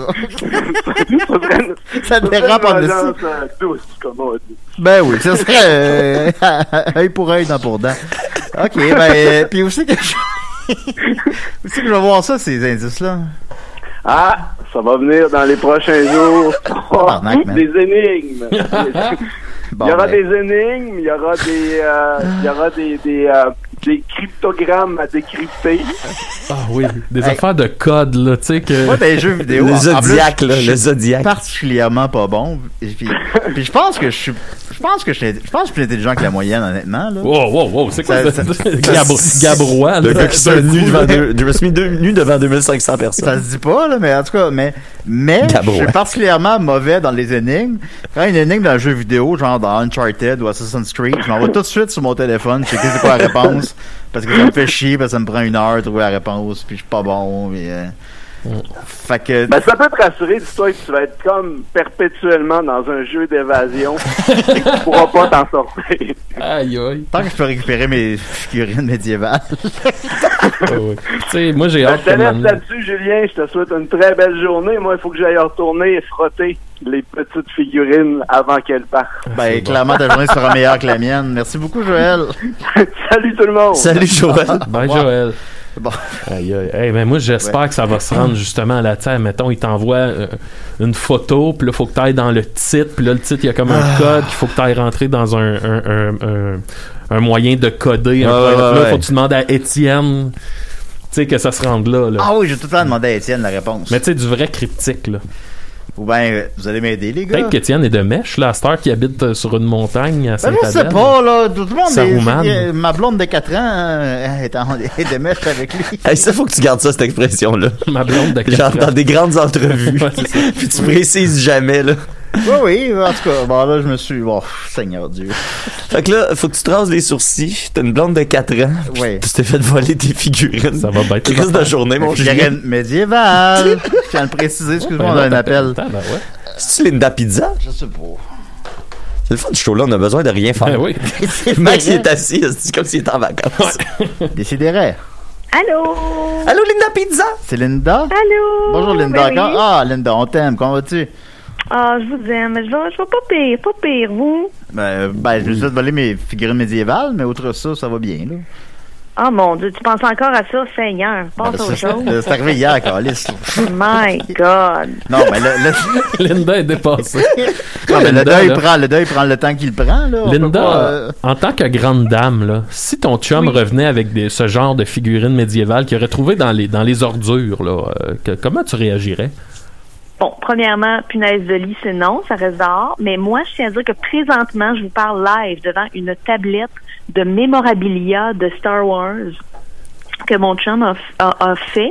S4: Ça dérape en dessus.
S8: euh, douce, comme on dit.
S4: Ben oui, ça serait euh, œil pour œil, dent pour dent. Ok, ben, euh, puis où c'est que je... où c'est que je vais voir ça, ces indices-là?
S8: Ah, ça va venir dans les prochains jours.
S4: Tabarnak, man.
S8: Des énigmes.
S4: Bon,
S8: il y aura
S4: ben,
S8: des énigmes, il y aura des, euh, il y aura des, des, euh, des cryptogrammes à décrypter.
S6: Ah oui, des
S4: Hey.
S6: affaires de code, là, tu sais que...
S4: moi, dans les jeux vidéo,
S5: Le
S4: en- en plus,
S5: Zodiac, là,
S4: je
S5: le
S4: suis
S5: Zodiac.
S4: particulièrement pas bon. Et puis, puis je pense que je suis, je pense que je suis, je pense que je suis plus intelligent que la moyenne, honnêtement, là.
S6: Wow, wow, wow, c'est quoi
S4: Ça-
S6: ça?
S4: ça-
S6: Gabro- Gabrois,
S5: Le
S6: là.
S5: gars qui se nu devant deux, je me suis mis deux- nu devant deux mille cinq cents
S4: Ça
S5: personnes.
S4: se dit pas, là, mais en tout cas, mais, mais,
S5: Gabo,
S4: je suis
S5: ouais.
S4: particulièrement mauvais dans les énigmes. Quand il y a une énigme dans un jeu vidéo, genre dans Uncharted ou Assassin's Creed, je m'envoie tout de suite sur mon téléphone, je sais c'est quoi la réponse, parce que ça me fait chier, parce que ça me prend une heure de trouver la réponse, puis je suis pas bon, puis, euh, Fait que...
S9: Ben, ça peut te rassurer, dis-toi que tu vas être comme perpétuellement dans un jeu d'évasion et que tu pourras pas t'en sortir.
S6: Aïe, aïe.
S4: Tant que je peux récupérer mes figurines médiévales.
S6: Ouais, ouais. Tu sais, moi, j'ai
S9: Ben,
S6: hâte
S9: je te
S6: que
S9: laisse
S6: mon-
S9: là-dessus, Julien. Je te souhaite une très belle journée. Moi, il faut que j'aille retourner et frotter les petites figurines avant qu'elles partent.
S4: Ben, clairement, ta journée sera meilleure que la mienne. Merci beaucoup, Joël.
S9: Salut tout le monde.
S5: Salut, Joël.
S6: Bye,
S4: Ouais.
S6: Joël.
S4: Bon.
S6: Aïe, aïe. Hey, ben moi, j'espère
S4: Ouais.
S6: que ça va se rendre justement à la terre. Mettons, il t'envoie euh, une photo, puis là, il faut que tu ailles dans le titre, puis là, le titre, il y a comme un
S4: Ah.
S6: code qu'il faut que tu ailles rentrer dans un, un, un, un, un moyen de coder. un
S5: Ouais,
S6: point.
S5: ouais,
S6: Là, il
S5: ouais.
S6: faut que tu demandes à Étienne, tu sais, que ça se rende là. là.
S4: Ah oui, j'ai tout le temps demandé à Étienne la réponse.
S6: Mais tu sais, du vrai cryptique, là.
S4: Ou ben, vous allez m'aider, les gars.
S6: Peut-être qu'Étienne est de Mèche, là, à cette heure qui habite euh, sur une montagne à
S4: Ben, je sais
S6: Saint-Adèle.
S4: pas, là. Tout le monde
S6: Ça
S4: est,
S6: roumane.
S4: est- Ma blonde de quatre ans euh, est, en, est de mèche avec lui.
S5: Hey, ça, faut que tu gardes ça, cette expression-là.
S6: Ma blonde de
S5: Genre,
S6: quatre
S5: dans
S6: ans.
S5: des grandes entrevues.
S6: Ouais, c'est ça.
S5: Puis tu précises jamais, là.
S4: Oui, oui, en tout cas, bon, là, je me suis. Bon, Seigneur Dieu.
S5: Fait que là, faut que tu te rases les sourcils. T'as une blonde de quatre ans.
S4: Oui.
S5: Tu t'es fait voler tes figurines.
S6: Ça va bien. tes
S5: Crise de
S6: affaires.
S5: journée, mon Julien.
S4: Figurine médiévale. Je tiens à le préciser, excuse-moi, on a un appel.
S6: Attends, ben ouais.
S5: C'est-tu Linda Pizza?
S4: Je sais pas.
S5: C'est le fun du show-là, on a besoin de rien faire.
S6: Ben oui.
S5: Max, il est assis, c'est comme s'il était en vacances.
S4: Décidérez.
S7: Allô?
S5: Allô, Linda Pizza?
S4: C'est Linda?
S7: Allô?
S4: Bonjour, Linda.
S7: Ben oui.
S4: Ah, Linda, on t'aime. Comment vas-tu?
S7: Ah, je vous aime. Je vais, je vais pas pire, pas pire, vous?
S4: Ben, ben, je vais juste voler mes figurines médiévales, mais outre ça, ça va bien, là.
S7: Ah, mon Dieu, tu penses encore à ça, Seigneur? Passe
S4: Ben,
S7: à autre
S4: c'est-
S7: chose.
S4: C'est arrivé hier, Carlis.
S7: My God.
S4: Non, mais le, le,
S6: Linda est dépassée.
S4: non, mais le
S6: Linda,
S4: deuil
S6: là.
S4: prend, le deuil prend le temps qu'il prend, là. On peut
S6: Linda,
S4: pas, euh,
S6: en tant que grande dame, là, si ton chum revenait avec des, ce genre de figurines médiévales qu'il aurait trouvé dans les, dans les ordures, là, euh, que- comment tu réagirais?
S7: Bon, premièrement, punaise de lit, c'est non, ça reste dehors. Mais moi, je tiens à dire que présentement, je vous parle live devant une tablette de mémorabilia de Star Wars que mon chum a, a, a fait.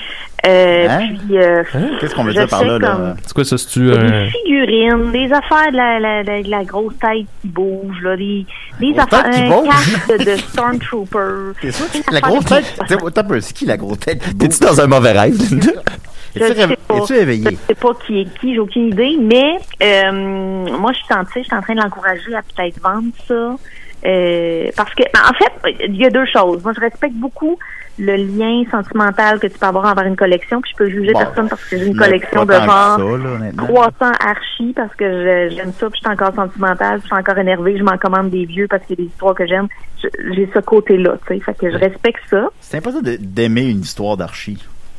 S7: Euh,
S4: Hein?
S7: Puis, euh,
S4: Qu'est-ce qu'on veut
S7: je
S4: dire par
S7: sais
S4: là, là?
S7: comme-
S6: C'est quoi ça, c'est-tu
S7: des
S6: un...
S7: figurines, des affaires de la, la, la, de la grosse tête qui bouge, là, des, des
S4: Grosse
S7: affaires,
S4: tête qui
S7: un
S4: bouge?
S7: casque de, de Stormtrooper.
S4: T'es sûr?
S7: Une
S4: La
S7: affaire
S4: grosse
S7: de-
S4: tête. t'sais, T'as peur, c'est qui la grosse tête qui bouge?
S5: T'es-tu dans un mauvais rêve, Linda?
S7: Je
S4: Es-tu
S7: sais
S4: réve-
S7: pas.
S4: es-tu éveillé?
S7: Je sais pas qui est qui, j'ai aucune idée, mais euh, moi, je suis en, tu sais, je suis en train de l'encourager à peut-être vendre ça. Euh, parce que, en fait, il y a deux choses. Moi, je respecte beaucoup le lien sentimental que tu peux avoir envers une collection, puis je peux juger
S4: Bon,
S7: personne parce que j'ai une
S4: mais
S7: collection de
S4: pas tant que
S7: genre
S4: ça, là, honnêtement.
S7: trois cents archis parce que je- j'aime ça, puis je suis encore sentimentale, puis je suis encore énervée, je m'en commande des vieux parce qu'il y a des histoires que j'aime. Je- J'ai ce côté-là, tu sais, fait que je respecte ça.
S4: C'est impossible de- d'aimer une histoire d'archi.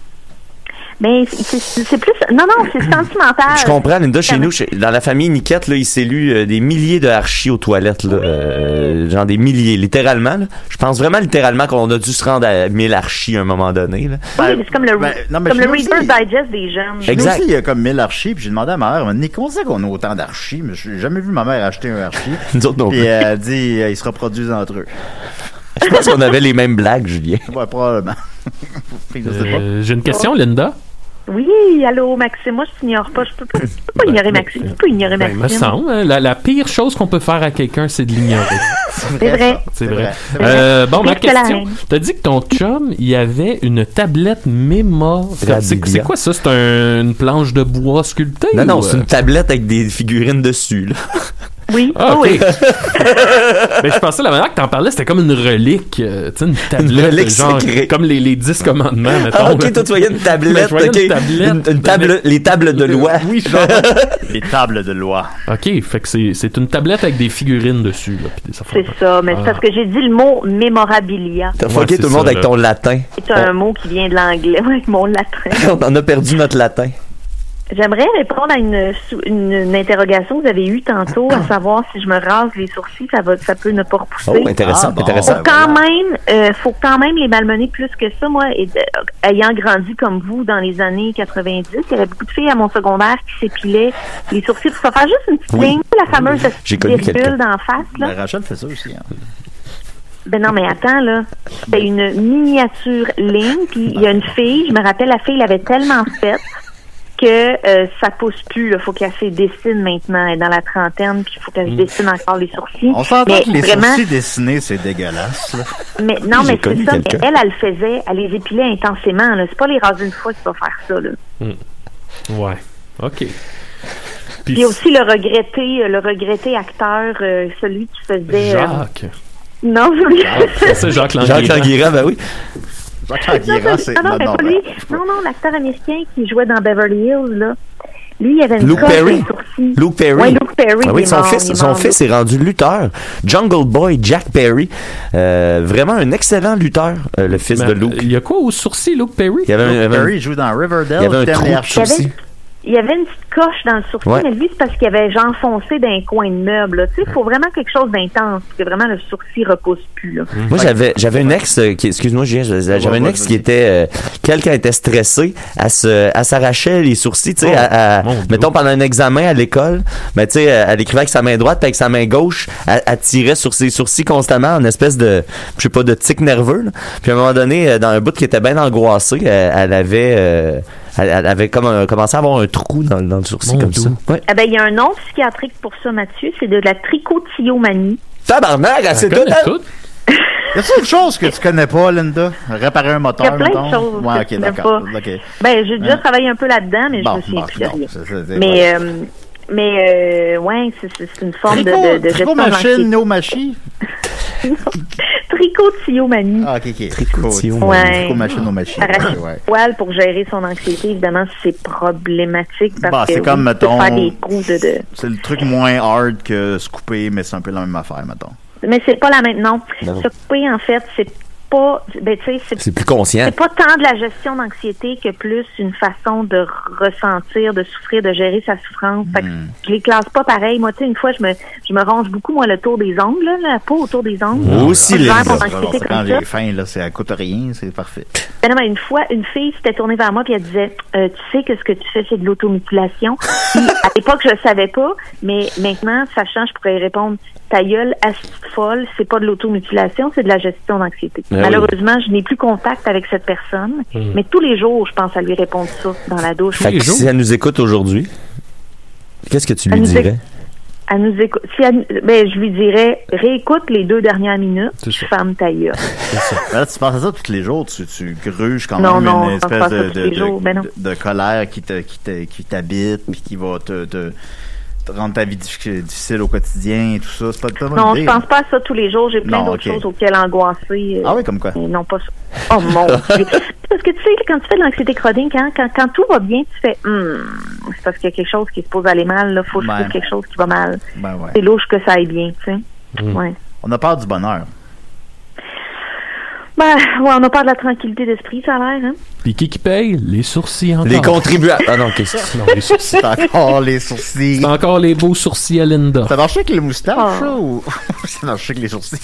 S7: Mais c'est- c'est c'est plus... Non, non, c'est sentimental.
S5: Je comprends, Linda, chez
S7: Ça
S5: nous, chez- dans la famille Niquette, là, il s'est lu euh, des milliers de archis aux toilettes, là, euh, genre des milliers, littéralement. Là. Je pense vraiment littéralement qu'on a dû se rendre à mille archis à un moment donné. Là.
S7: Oui, c'est comme le,
S4: Ben, non, mais
S7: comme
S4: chez
S7: le
S4: nous aussi-
S7: Reader's Digest des jeunes.
S4: Chez nous
S5: Exact.
S4: aussi, il y a comme mille archis, puis j'ai demandé à ma mère, mais comment ça qu'on a autant d'archis? Mais j'ai jamais vu ma mère acheter un archi.
S5: Nous autres non
S4: Puis
S5: plus.
S4: euh, elle dit, euh, ils se reproduisent entre eux.
S5: Je pense qu'on avait les mêmes blagues, Julien.
S4: Ouais, probablement. Je sais pas.
S6: Euh, J'ai une question, Linda.
S7: Oui, allô, Maxime. Moi, je t'ignore pas. Je peux pas, je peux pas ignorer Maxime. Je peux ignorer
S6: Ben, il me
S7: Maxime.
S6: semble, hein, la, la pire chose qu'on peut faire à quelqu'un, c'est de l'ignorer.
S7: C'est vrai.
S6: C'est vrai.
S4: C'est vrai.
S6: Euh, bon, ma
S7: Pire que la
S6: question.
S7: reine.
S6: T'as dit que ton chum, il avait une tablette mémo. C'est c'est quoi ça? C'est un- une planche de bois sculptée?
S5: Non, non,
S6: ou,
S5: c'est
S6: euh?
S5: une tablette avec des figurines dessus. Là.
S7: Oui,
S6: Ah,
S7: oh,
S6: ok.
S7: oui.
S6: Ben, je pensais la manière que t'en parlais, c'était comme une relique, euh, tu sais, une tablette,
S5: relique
S6: genre,
S5: sacrée.
S6: comme les, les dix commandements, mettons.
S5: Ah, ok,
S6: là.
S5: toi, tu voyais une
S6: Ben,
S5: tablette,
S6: je voyais
S5: ok.
S6: une tablette.
S5: Une, une table, les tables de loi.
S6: Oui, genre.
S4: Les tables de loi.
S6: Ok, fait que c'est, c'est une tablette avec des figurines dessus, là, pis des affaires.
S7: C'est ça. Mais c'est
S6: Ah.
S7: parce que j'ai dit le mot mémorabilia.
S5: T'as
S6: Ouais,
S5: fucké
S6: c'est
S5: tout le monde
S6: ça,
S5: avec
S6: là.
S5: ton latin.
S7: C'est un mot qui vient de l'anglais. Oui, mon latin.
S5: On en a perdu notre latin.
S7: J'aimerais répondre à une, sou- une, une interrogation que vous avez eue tantôt, à savoir si je me rase les sourcils, ça va, ça peut ne pas repousser.
S5: Oh, intéressant,
S4: Ah, bon.
S5: intéressant.
S7: Faut quand même, euh, faut quand même les malmener plus que ça. Moi, et, euh, ayant grandi comme vous dans les années quatre-vingt-dix, il y avait beaucoup de filles à mon secondaire qui s'épilaient les sourcils pour se faire juste une petite
S5: Oui.
S7: ligne, la fameuse
S5: J'ai connu quelqu'un.
S7: virgule d'en face. Là.
S4: Ben, Rachel fait ça aussi. Hein.
S7: Ben non, mais attends, là. C'était une miniature ligne, puis il y a une fille, je me rappelle, la fille l'avait tellement faite que euh, ça pousse plus. Il faut qu'elle se dessine maintenant. Elle est dans la trentaine, puis il faut qu'elle se dessine encore les sourcils.
S4: On s'entend
S7: mais
S4: que les
S7: vraiment,
S4: sourcils dessinés, c'est dégueulasse. Là.
S7: Mais non,
S5: J'ai
S7: mais
S5: connu
S7: c'est ça.
S5: quelqu'un.
S7: Mais elle, elle le faisait. Elle les épilait intensément. Là. C'est pas les raser une fois qui va faire ça. Là.
S6: Mm. Ouais. OK. Puis,
S7: Puis aussi le regretté, le regretté acteur, euh, celui qui faisait... euh,
S6: Jacques.
S7: Non, Julien.
S6: C'est Jacques Languira.
S5: Jacques Languira, ben oui.
S4: Jacques
S7: Non,
S4: Languira, c'est...
S7: non, non, mais
S4: non,
S7: pas
S4: ben,
S7: lui. Non, non, l'acteur américain qui jouait dans Beverly Hills, là. Lui, il avait une
S5: Luke
S7: coche
S5: Perry.
S7: des sourcils.
S5: Luke Perry.
S7: Ouais, Luke Perry,
S5: Ah
S7: il
S5: oui,
S7: est
S5: son
S7: mort,
S5: fils,
S7: il est
S5: son
S7: mort,
S5: fils est rendu lutteur. Jungle Boy, Jack Perry. Euh, vraiment un excellent lutteur, euh, le fils
S6: Mais,
S5: de Luke.
S6: Il y a quoi au sourcil, Luke Perry?
S5: Il y avait un, il y
S4: Luke
S5: avait un-
S4: Perry joue dans Riverdale.
S5: il y avait un
S4: T'aimes
S5: trou
S4: les
S5: de
S4: archives.
S7: Il y avait-
S5: sourcil.
S7: Il y avait une petite coche dans le sourcil,
S5: Ouais.
S7: mais lui, c'est parce qu'il avait genre foncé dans un coin de meuble. là. Tu sais, il faut vraiment quelque chose d'intense, parce que vraiment le sourcil repousse plus. Là.
S5: Moi, j'avais, j'avais une ex euh, qui, excuse-moi, Julien, j'avais
S4: Ouais,
S5: une
S4: ouais,
S5: ex
S4: vas-y.
S5: qui était, euh, quelqu'un était stressée, elle se, elle s'arrachait les sourcils, tu sais,
S6: Oh,
S5: à- à-
S6: mon Dieu.
S5: mettons pendant un examen à l'école, mais tu sais, elle écrivait avec sa main droite, puis avec sa main gauche, elle, elle tirait sur ses sourcils constamment, en espèce de, je sais pas, de tic nerveux, là. Puis à un moment donné, euh, dans un bout qui était bien angoissé, elle, elle avait, euh, elle, elle avait comme un- commencé à avoir un trou dans, dans le sourcil
S6: Mon
S5: comme
S6: Dieu.
S5: ça. Ouais.
S7: Ah ben, il y a un nom psychiatrique pour ça, Mathieu, c'est de la trichotillomanie.
S5: Tabarnak, elle
S6: Elle
S5: s'est
S6: connaît
S5: tout,
S6: tout.
S4: Y a-t-il autre chose que tu connais pas, Linda? Réparer un moteur,
S7: Il y a plein de
S4: mettons?
S7: choses
S4: Ouais,
S7: que
S4: ok,
S7: tu connais
S4: d'accord.
S7: pas.
S4: Ok.
S7: Ben, j'ai déjà
S4: Hein?
S7: travaillé un peu là-dedans, mais
S4: Bon,
S7: je me souviens
S4: bon,
S7: plus de
S4: bon,
S7: rien.
S4: c'est- c'est- c'est-
S7: Mais, euh, mais euh, ouais, c'est, c'est, c'est une forme de, de, de gestion
S4: Tricot
S7: de
S4: machine,
S7: l'anxiété.
S4: no machine.
S7: Trichotillomanie.
S4: Ah, ok, ok.
S5: Tricotillomanie.
S7: Ouais.
S4: Tricot machine, no machine.
S7: Arracher
S4: Ouais.
S7: le poil pour gérer son anxiété, évidemment, c'est problématique parce
S4: Bah,
S7: que
S4: c'est comme,
S7: oui,
S4: mettons,
S7: tu peux faire des trous de, de...
S4: C'est le truc moins hard que se couper, mais c'est un peu la même affaire, mettons.
S7: Mais c'est pas la même, non.
S5: Non.
S7: Se couper, en fait, c'est pas, ben, tu sais, c'est
S5: C'est plus conscient.
S7: C'est pas tant de la gestion d'anxiété que plus une façon de ressentir, de souffrir, de gérer sa souffrance. Fait que
S4: Mm.
S7: je les classe pas pareil. Moi, tu sais, une fois, je me, je me ronge beaucoup, moi, le tour des ongles, là, la peau autour des ongles.
S5: Moi aussi,
S7: Je gère
S5: Linda.
S7: mon
S4: Alors,
S7: anxiété
S4: c'est quand
S7: comme ça.
S4: j'ai faim, là, ça coûte rien, c'est parfait.
S7: Ben non, mais une fois, une fille s'était tournée vers moi puis elle disait, euh, tu sais que ce que tu fais, c'est de l'automutilation. Puis, à l'époque, je le savais pas, mais maintenant, sachant, je pourrais répondre, ta gueule, asti folle, c'est pas de l'automutilation, c'est de la gestion d'anxiété.
S5: Ah oui.
S7: Malheureusement, je n'ai plus contact avec cette personne, mais tous les jours, je pense à lui répondre ça dans la douche.
S5: Fait que si elle nous écoute aujourd'hui, qu'est-ce que tu lui
S7: Elle nous
S5: dirais?
S7: éc- Elle nous écoute. Si elle- ben, je lui dirais, réécoute les deux dernières minutes,
S6: C'est ça.
S7: ferme ta gueule.
S4: Ben là, tu penses à ça tous les jours, tu, tu gruges quand
S7: Non,
S4: même
S7: non,
S4: une
S7: je pense
S4: espèce
S7: pas à ça
S4: de,
S7: tous
S4: de,
S7: les jours,
S4: de-
S7: ben non.
S4: de- de colère qui te, qui te, qui t'habite, puis qui va te, te, te rendre ta vie diffi- difficile au quotidien et tout ça. C'est pas tellement
S7: Non,
S4: idée,
S7: je pense pas à ça tous les jours. J'ai plein
S4: Non,
S7: d'autres
S4: ok.
S7: choses auxquelles angoisser. euh,
S4: Ah oui, comme quoi?
S7: et non pas ça. Oh mon Dieu. Parce que tu sais, quand tu fais de l'anxiété chronique, hein, quand, quand tout va bien, tu fais hum, c'est parce qu'il y a quelque chose qui se pose aller mal. Il faut que je
S4: Ouais.
S7: trouve quelque chose qui va mal.
S4: Ben ouais.
S7: C'est louche que ça aille bien, tu sais.
S6: Mm.
S7: Ouais.
S4: On a peur du bonheur.
S7: Ben, ouais, on a pas de la tranquillité d'esprit, ça a l'air, hein.
S6: Puis qui qui paye? Les sourcils encore.
S5: Les contribuables. Ah non, qu'est-ce que
S6: Non, les sourcils.
S4: C'est encore les sourcils.
S6: C'est encore les beaux sourcils à Linda.
S4: Ça marche avec les moustaches,
S7: Ah.
S4: ça, ou ça marche avec les sourcils?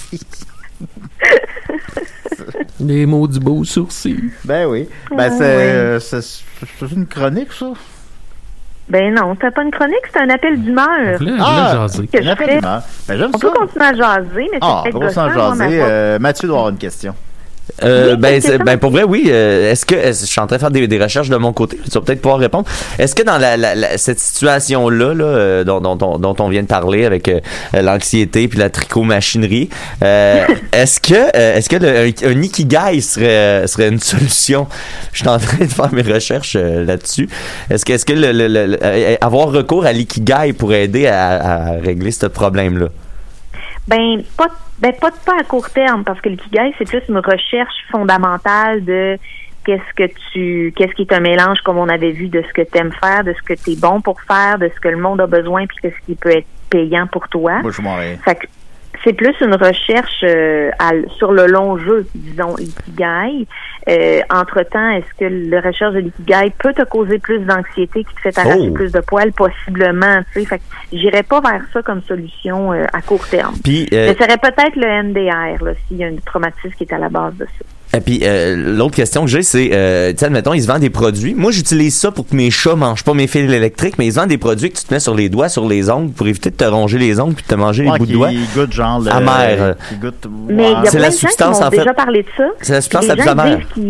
S6: Les maudits beaux sourcils.
S4: Ben oui. Ben
S7: Ah,
S4: c'est,
S7: ouais.
S4: euh, c'est, c'est une chronique, ça.
S7: Ben non, c'était pas une chronique, c'était un appel d'humeur.
S6: Je voulais, je
S4: Ah!
S6: voulais jaser.
S7: Que
S4: Un
S7: je
S4: appel
S7: fais.
S4: d'humeur. Ben j'aime
S7: On
S4: ça.
S7: peut continuer à jaser, mais c'est
S4: Ah,
S7: peut-être
S4: on va s'en
S7: gossant, moi, ma
S4: jaser.
S7: voix.
S4: Euh, Mathieu doit avoir une question.
S5: Euh,
S7: Oui,
S5: ben,
S7: qu'est-ce
S5: c'est-
S7: que
S5: ben
S7: ça?
S5: pour vrai, oui. euh, est-ce que est-ce- je suis en train de faire des, des recherches de mon côté, tu vas peut-être pouvoir répondre. Est-ce que dans la, la- la- cette situation-là, là, euh, dont, dont, dont, dont on vient de parler avec euh, l'anxiété puis la tricomachinerie, euh, est-ce que euh, est-ce que le, un, un ikigai serait serait une solution? Je suis en train de faire mes recherches euh, là-dessus. Est-ce que est-ce que le, le- le- le- euh, avoir recours à l'ikigai pourrait aider à, à régler ce problème-là?
S7: Ben pas ben pas pas à court terme parce que l'ikigai c'est plus une recherche fondamentale de qu'est-ce que tu qu'est-ce qui est un mélange comme on avait vu de ce que tu aimes faire, de ce que tu es bon pour faire, de ce que le monde a besoin puis de ce qui peut être payant pour toi.
S4: Moi, je m'en vais.
S7: Fait que c'est plus une recherche euh, à- sur le long jeu, disons, l'ikigai. Euh, entre-temps, est-ce que la recherche de l'ikigai peut te causer plus d'anxiété qui te fait arracher
S5: Oh.
S7: plus de poils? Possiblement, tu sais. Fait que j'irais pas vers ça comme solution euh, à court terme.
S5: Puis euh,
S7: J'essaierais peut-être le M D R, là, s'il y a un traumatisme qui est à la base de ça.
S5: Et puis euh, l'autre question que j'ai, c'est, euh, tu sais, admettons, ils se vendent des produits. Moi, j'utilise ça pour que mes chats mangent pas mes fils électriques, mais ils se vendent des produits que tu te mets sur les doigts, sur les ongles, pour éviter de te ronger les ongles puis de te manger les
S4: Ouais,
S5: bouts de
S4: qui
S5: doigts.
S4: goûte genre le...
S5: Amer.
S4: Qui goûte...
S7: Mais il y a
S5: C'est
S7: plein
S5: la
S7: de gens qui
S5: substance,
S7: m'ont
S5: en fait.
S7: déjà parlé de ça.
S5: C'est la substance
S7: Les
S5: la plus
S7: gens
S5: amère.
S7: disent qu'ils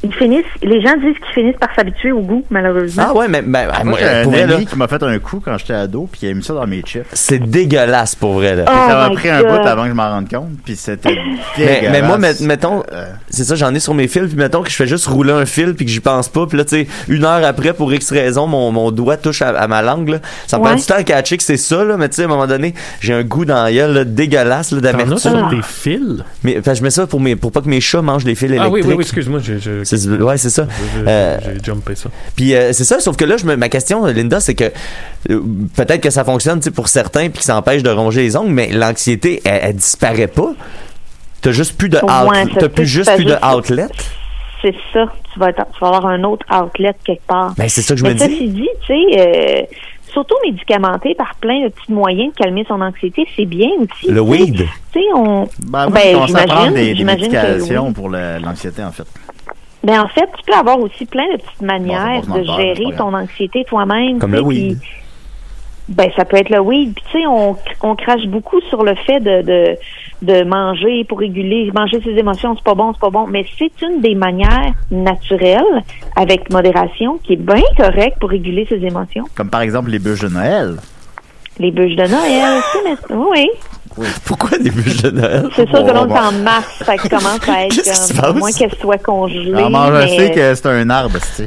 S7: Ils finissent, les gens disent qu'ils finissent par s'habituer au goût, malheureusement.
S5: Ah ouais, mais, mais
S4: Moi,
S5: moi,
S4: j'ai un
S5: pour vrai,
S4: ami
S5: là,
S4: qui m'a fait un coup quand j'étais ado, puis il a mis ça dans mes chips.
S5: c'est dégueulasse pour vrai, là.
S7: Oh
S4: ça m'a
S7: my
S4: pris un
S7: God.
S4: bout avant que je m'en rende compte, puis c'était
S5: Mais,
S4: dégueulasse.
S5: mais moi, met- mettons,
S4: Euh,
S5: c'est ça, j'en ai sur mes fils, puis mettons que je fais juste rouler un fil, puis que j'y pense pas, puis là, tu sais, une heure après, pour X raison, mon, mon doigt touche à, à ma langue, là. Ça me
S7: Ouais.
S5: prend du temps à catcher que c'est ça, là, mais tu sais, à un moment donné, j'ai un goût dans la gueule, là, dégueulasse, là,
S6: T'en as
S5: d'amertume.
S6: sur des fils?
S5: Mais, enfin, je mets ça pour mes, pour pas que mes chats mangent les fils électriques.
S6: Ah oui, oui, oui, excuse-moi, je, je,
S5: C'est, ouais, c'est ça.
S6: je-
S5: Euh,
S6: j'ai jumpé ça.
S5: Puis euh, c'est ça, sauf que là, je me, ma question, Linda, c'est que euh, peut-être que ça fonctionne, tu sais, pour certains, puis que ça empêche de ronger les ongles, mais l'anxiété, elle, elle disparaît pas. T'as juste plus de
S7: Ouais,
S5: out-
S7: ça
S5: t'as
S7: se peut
S5: plus
S7: que
S5: juste
S7: ça
S5: plus de
S7: juste-
S5: outlet.
S7: C'est ça. Tu vas, être- tu vas avoir un autre outlet quelque part.
S5: Ben c'est ça que je
S7: Mais
S5: me
S7: ça,
S5: dis.
S7: c'est dit, tu sais, euh, s'auto-médicamenter par plein de petits moyens de calmer son anxiété, c'est bien aussi.
S5: Le
S7: tu sais.
S5: weed.
S7: Tu sais, on...
S4: Ben, moi,
S7: Ben,
S4: j'ai commencé à prendre
S7: j'imagine-
S4: des, des
S7: j'imagine que
S4: médications
S7: oui.
S4: pour le- l'anxiété, en fait.
S7: Ben, en fait, tu peux avoir aussi plein de petites manières
S4: Bon, ça va
S7: de
S4: se mentir, c'est
S7: gérer
S4: pas
S7: ton anxiété toi-même.
S5: Comme
S7: tu sais,
S5: le weed.
S7: puis- Ben, ça peut être le weed. Puis, tu sais, on, on crache beaucoup sur le fait de, de, de manger pour réguler, manger ses émotions, c'est pas bon, c'est pas bon. Mais c'est une des manières naturelles, avec modération, qui est bien correcte pour réguler ses émotions.
S4: Comme par exemple les bûches de Noël.
S7: Les bûches de Noël, tu sais, mais- oui.
S5: Pourquoi des bûches de Noël?
S7: C'est sûr
S4: Bon,
S7: que l'on
S4: bon.
S7: est en mars, ça commence à être
S5: Qu'est-ce qui se
S7: comme,
S5: passe?
S7: à moins qu'elle soit congelée.
S4: On mange
S7: mais-
S4: assez que c'est un arbre, tu sais.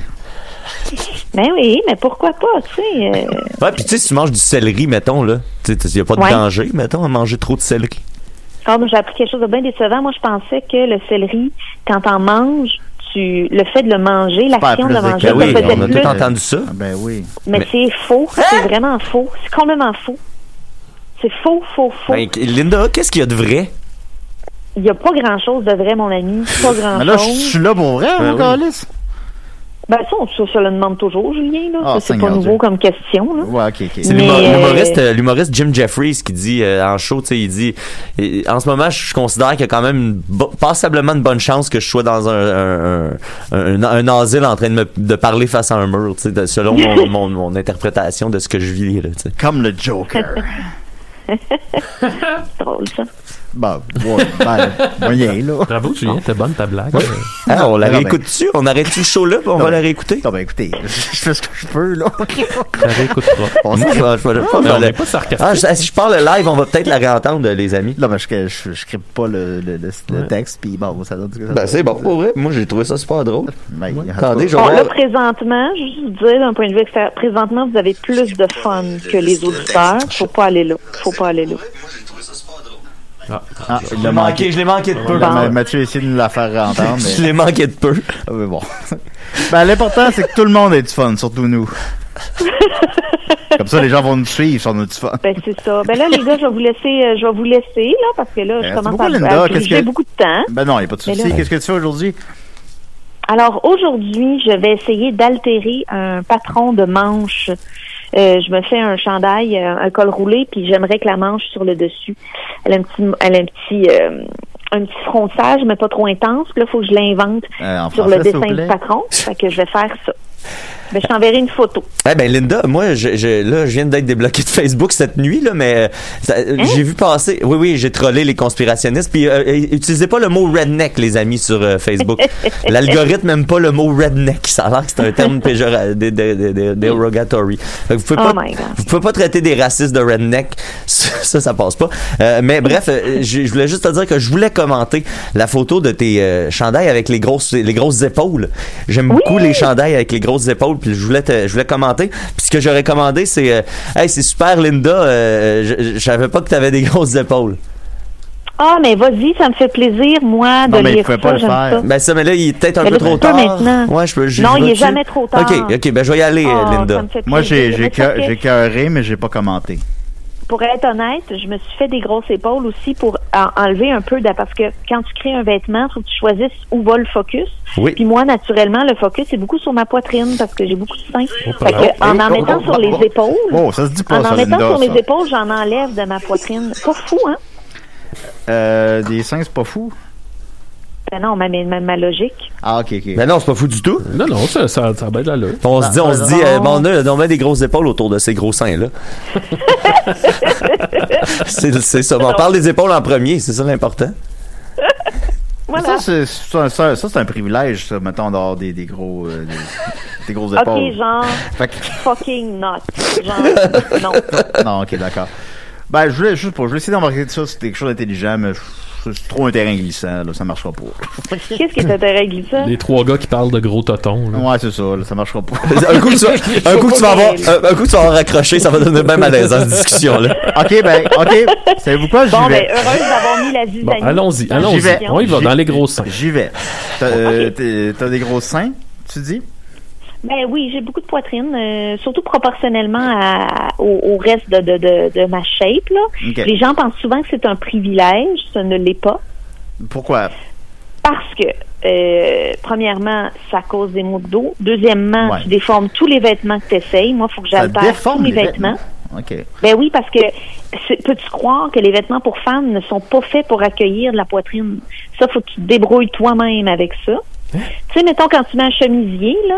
S7: Ben oui, mais pourquoi pas, tu sais. euh,
S5: Ouais, puis tu sais, si tu manges du céleri, mettons, là, tu sais, il y a pas de
S7: Ouais.
S5: danger, mettons, à manger trop de céleri.
S7: Ah, moi, j'ai appris quelque chose de bien décevant. Moi, je pensais que le céleri, quand t'en manges, tu, le fait de le manger, l'action de le
S4: plus
S7: manger,
S5: Ben
S7: ça
S5: oui,
S7: faisait
S5: on a
S7: plus.
S5: tout entendu ça.
S4: Ah, ben oui.
S7: Mais,
S5: Mais-
S7: c'est faux. C'est vraiment faux. C'est complètement faux. C'est faux, faux, faux.
S5: Ben, Linda, qu'est-ce qu'il y a de vrai?
S7: Il n'y a pas grand-chose de vrai, mon ami. Pas
S4: Mais là, je
S7: grand-chose.
S4: suis là pour vrai,
S5: Ben
S4: mon
S5: oui.
S4: calice.
S7: Ben ça, on, ça, ça le demande toujours, Julien. Là.
S4: Ah,
S7: Ça, c'est pas
S4: Seigneur
S7: nouveau
S4: Dieu.
S7: comme question. Là.
S4: Ouais, ok, ok.
S5: C'est
S7: Mais,
S5: l'humo-
S7: euh,
S5: l'humoriste, euh, l'humoriste Jim Jeffries qui dit euh, en show, tu sais, il dit euh, en ce moment, je considère qu'il y a quand même une bo- passablement de bonne chance que je sois dans un, un, un, un, un asile en train de me de parler face à un mur, tu sais, de- selon mon, mon, mon interprétation de ce que je vis là, tu sais.
S4: Comme le Joker.
S7: C'est drôle, ça.
S4: Bah, ouais, ben, moyen, là.
S6: Bravo, Julien, t'es bonne ta blague.
S5: Ah, on la
S4: Non, ben-
S5: réécoute-tu? On arrête-tu le show là, puis on
S4: Non,
S5: va la
S4: ben-
S5: réécouter?
S4: Non, ben écoutez, je fais ce que je peux, là.
S6: Ça réécoutera.
S4: On
S5: Moi, je vais- je vais- je vais-
S6: Mais
S5: je vais
S6: on
S5: la-
S6: n'est pas sarcastique.
S5: Ah, je- si je parle live, on va peut-être la réentendre, les amis.
S4: Non, mais je, je, je scribe pas le, le, le, le
S6: Ouais.
S4: texte, puis bon, ça donne ce que ça
S5: Ben,
S4: donne.
S5: c'est bon, pour vrai. Moi, j'ai trouvé ça super drôle.
S4: Ben, en tout
S5: Attendez,
S4: cas,
S5: je
S7: Bon,
S5: vais
S7: là,
S5: voir.
S7: présentement, juste vous dire d'un point de vue extérieur, présentement, vous avez plus de fun que les auditeurs. Faut pas aller là. Faut pas aller là.
S4: Ah, il
S5: Je
S4: l'a
S5: l'ai manqué, je l'ai manqué de peu.
S7: Bon.
S4: Ma- Mathieu a essayé de nous la faire entendre,
S5: Je
S4: mais,
S5: l'ai manqué de peu.
S4: ah, mais bon. Ben, l'important, c'est que tout le monde ait du fun, surtout nous. Comme ça, les gens vont nous suivre sur notre fun.
S7: Ben, c'est ça. Ben là, les gars, je vais vous laisser, euh, je vais vous laisser, là, parce que là, je
S4: Merci
S7: commence
S4: beaucoup,
S7: à,
S4: Linda.
S7: à
S4: Qu'est-ce
S7: gruger
S4: que-
S7: beaucoup de temps.
S4: Ben non, il n'y a pas de
S7: Mais
S4: souci.
S7: là-
S4: Qu'est-ce que tu fais aujourd'hui?
S7: Alors, aujourd'hui, je vais essayer d'altérer un patron de manche. Euh, je me fais un chandail, euh, un col roulé, puis j'aimerais que la manche sur le dessus, elle a un petit, elle a un petit, euh, un petit fronçage, mais pas trop intense. Puis là, il faut que je l'invente
S4: Euh, en
S7: sur
S4: français,
S7: le
S4: s'il vous
S7: dessin
S4: plaît.
S7: du patron. Fait que je vais faire ça. Ben, je t'enverrai une photo.
S5: Eh ben Linda, moi je, je là je viens d'être débloqué de Facebook cette nuit là, mais euh, ça-
S7: Hein?
S5: j'ai vu passer. Oui oui, j'ai trollé les conspirationnistes. Puis euh, euh, utilisez pas le mot redneck les amis sur euh, Facebook. L'algorithme n'aime pas le mot redneck. Ça a l'air que c'est un terme péjoratif, dé- dé- dé- dé- derogatory. Fait que vous pouvez
S7: Oh
S5: pas,
S7: my God.
S5: vous pouvez pas traiter des racistes de redneck. Ça ça passe pas. Euh, mais bref, euh, je, je voulais juste te dire que je voulais commenter la photo de tes euh, chandails avec les grosses les grosses épaules. J'aime
S7: Oui!
S5: beaucoup les chandails avec les grosses épaules. Puis je voulais te, je voulais commenter. Puis ce que j'aurais commandé, c'est euh, hey, c'est super Linda, euh, je, je savais pas que t'avais des grosses épaules.
S7: Ah, mais vas-y, ça me fait plaisir, moi, de
S4: Non, mais il
S7: lire
S4: pouvait
S7: ça.
S4: pas le
S7: j'aime
S4: faire.
S7: ça.
S5: Ben ça, mais là, il est peut-être un
S7: Mais
S5: peu
S7: là,
S5: trop
S7: tu peux
S5: tard.
S7: maintenant.
S5: Ouais, je peux. je-
S7: Non,
S5: je
S7: il est
S5: vais-tu?
S7: jamais trop tard.
S5: Ok, ok, ben je vais y aller,
S7: Ah,
S5: euh, Linda.
S7: ça me fait
S4: Moi, j'ai,
S7: plaisir.
S4: j'ai,
S7: Mais ça
S4: ca-
S7: fait-
S4: j'ai carré, mais j'ai pas commenté.
S7: Pour être honnête, je me suis fait des grosses épaules aussi pour en- enlever un peu de, parce que quand tu crées un vêtement, il faut que tu choisisses où va le focus.
S5: Oui.
S7: Puis moi, naturellement, le focus est beaucoup sur ma poitrine parce que j'ai beaucoup de seins.
S6: Oh,
S7: Fait que, en en
S4: oh,
S7: mettant
S4: oh,
S7: sur
S4: oh,
S7: les
S4: oh.
S7: épaules,
S4: Oh, ça se dit pas,
S7: en
S4: ça,
S7: en mettant
S4: Linda,
S7: sur mes
S4: ça.
S7: épaules, j'en enlève de ma poitrine. Pas fou, hein?
S4: Euh, des seins, c'est pas fou?
S7: Ben non, ma, ma, ma logique.
S4: Ah, ok, ok.
S5: Ben non, c'est pas fou du tout.
S6: Non, non, ça, ça, ça va être là.
S5: On se dit, on
S4: Ah,
S5: se dit,
S4: non.
S5: euh, bon, on a, on a des grosses épaules autour de ces gros seins là. c'est, c'est ça. On parle des épaules en premier, c'est ça l'important.
S7: Voilà.
S4: Ça, c'est, ça, ça, ça, c'est un privilège, ça, mettons, d'avoir des, des gros, euh, des, des grosses épaules.
S7: Ok, genre,
S4: Fait que-
S7: fucking not. Genre, non.
S4: Non, ok, d'accord. Ben, je voulais juste pour, je voulais essayer d'embarquer de ça, c'était quelque chose d'intelligent, mais c'est trop un terrain glissant, là, ça marchera pas.
S7: Qu'est-ce qui est intérêt glissant?
S6: Les trois gars qui parlent de gros totons. Là.
S4: Ouais, c'est ça, là, ça marchera pas.
S5: un coup, tu vas, un coup que tu vas avoir, un, un coup que tu vas avoir accroché, ça va donner bien malaise dans cette discussion-là.
S4: Ok, ben, ok. Savez-vous quoi? J'y
S7: Bon,
S4: vais.
S7: ben, heureuse d'avoir mis la zizanie.
S6: Bon, allons-y,
S7: J'y
S6: allons-y.
S4: vais.
S6: On y va,
S4: J'y-
S6: dans les gros seins.
S4: J'y vais. T'as, euh, t'es- t'as des gros seins, tu dis?
S7: Ben oui, j'ai beaucoup de poitrine, euh, surtout proportionnellement à, au, au reste de, de, de, de ma shape, là.
S4: Ok.
S7: Les gens pensent souvent que c'est un privilège, ça ne l'est pas.
S4: Pourquoi?
S7: Parce que, euh, premièrement, ça cause des maux de dos. Deuxièmement,
S4: Ouais.
S7: tu déformes tous les vêtements que tu essayes. Moi, il faut que
S4: Ça
S7: j'altère
S4: déforme
S7: tous mes
S4: les
S7: vêtements.
S4: Ok.
S7: Ben oui, parce que c'est- peux-tu croire que les vêtements pour femmes ne sont pas faits pour accueillir de la poitrine? Ça, faut que tu te débrouilles toi-même avec ça. Tu sais, mettons, quand tu mets un chemisier, là,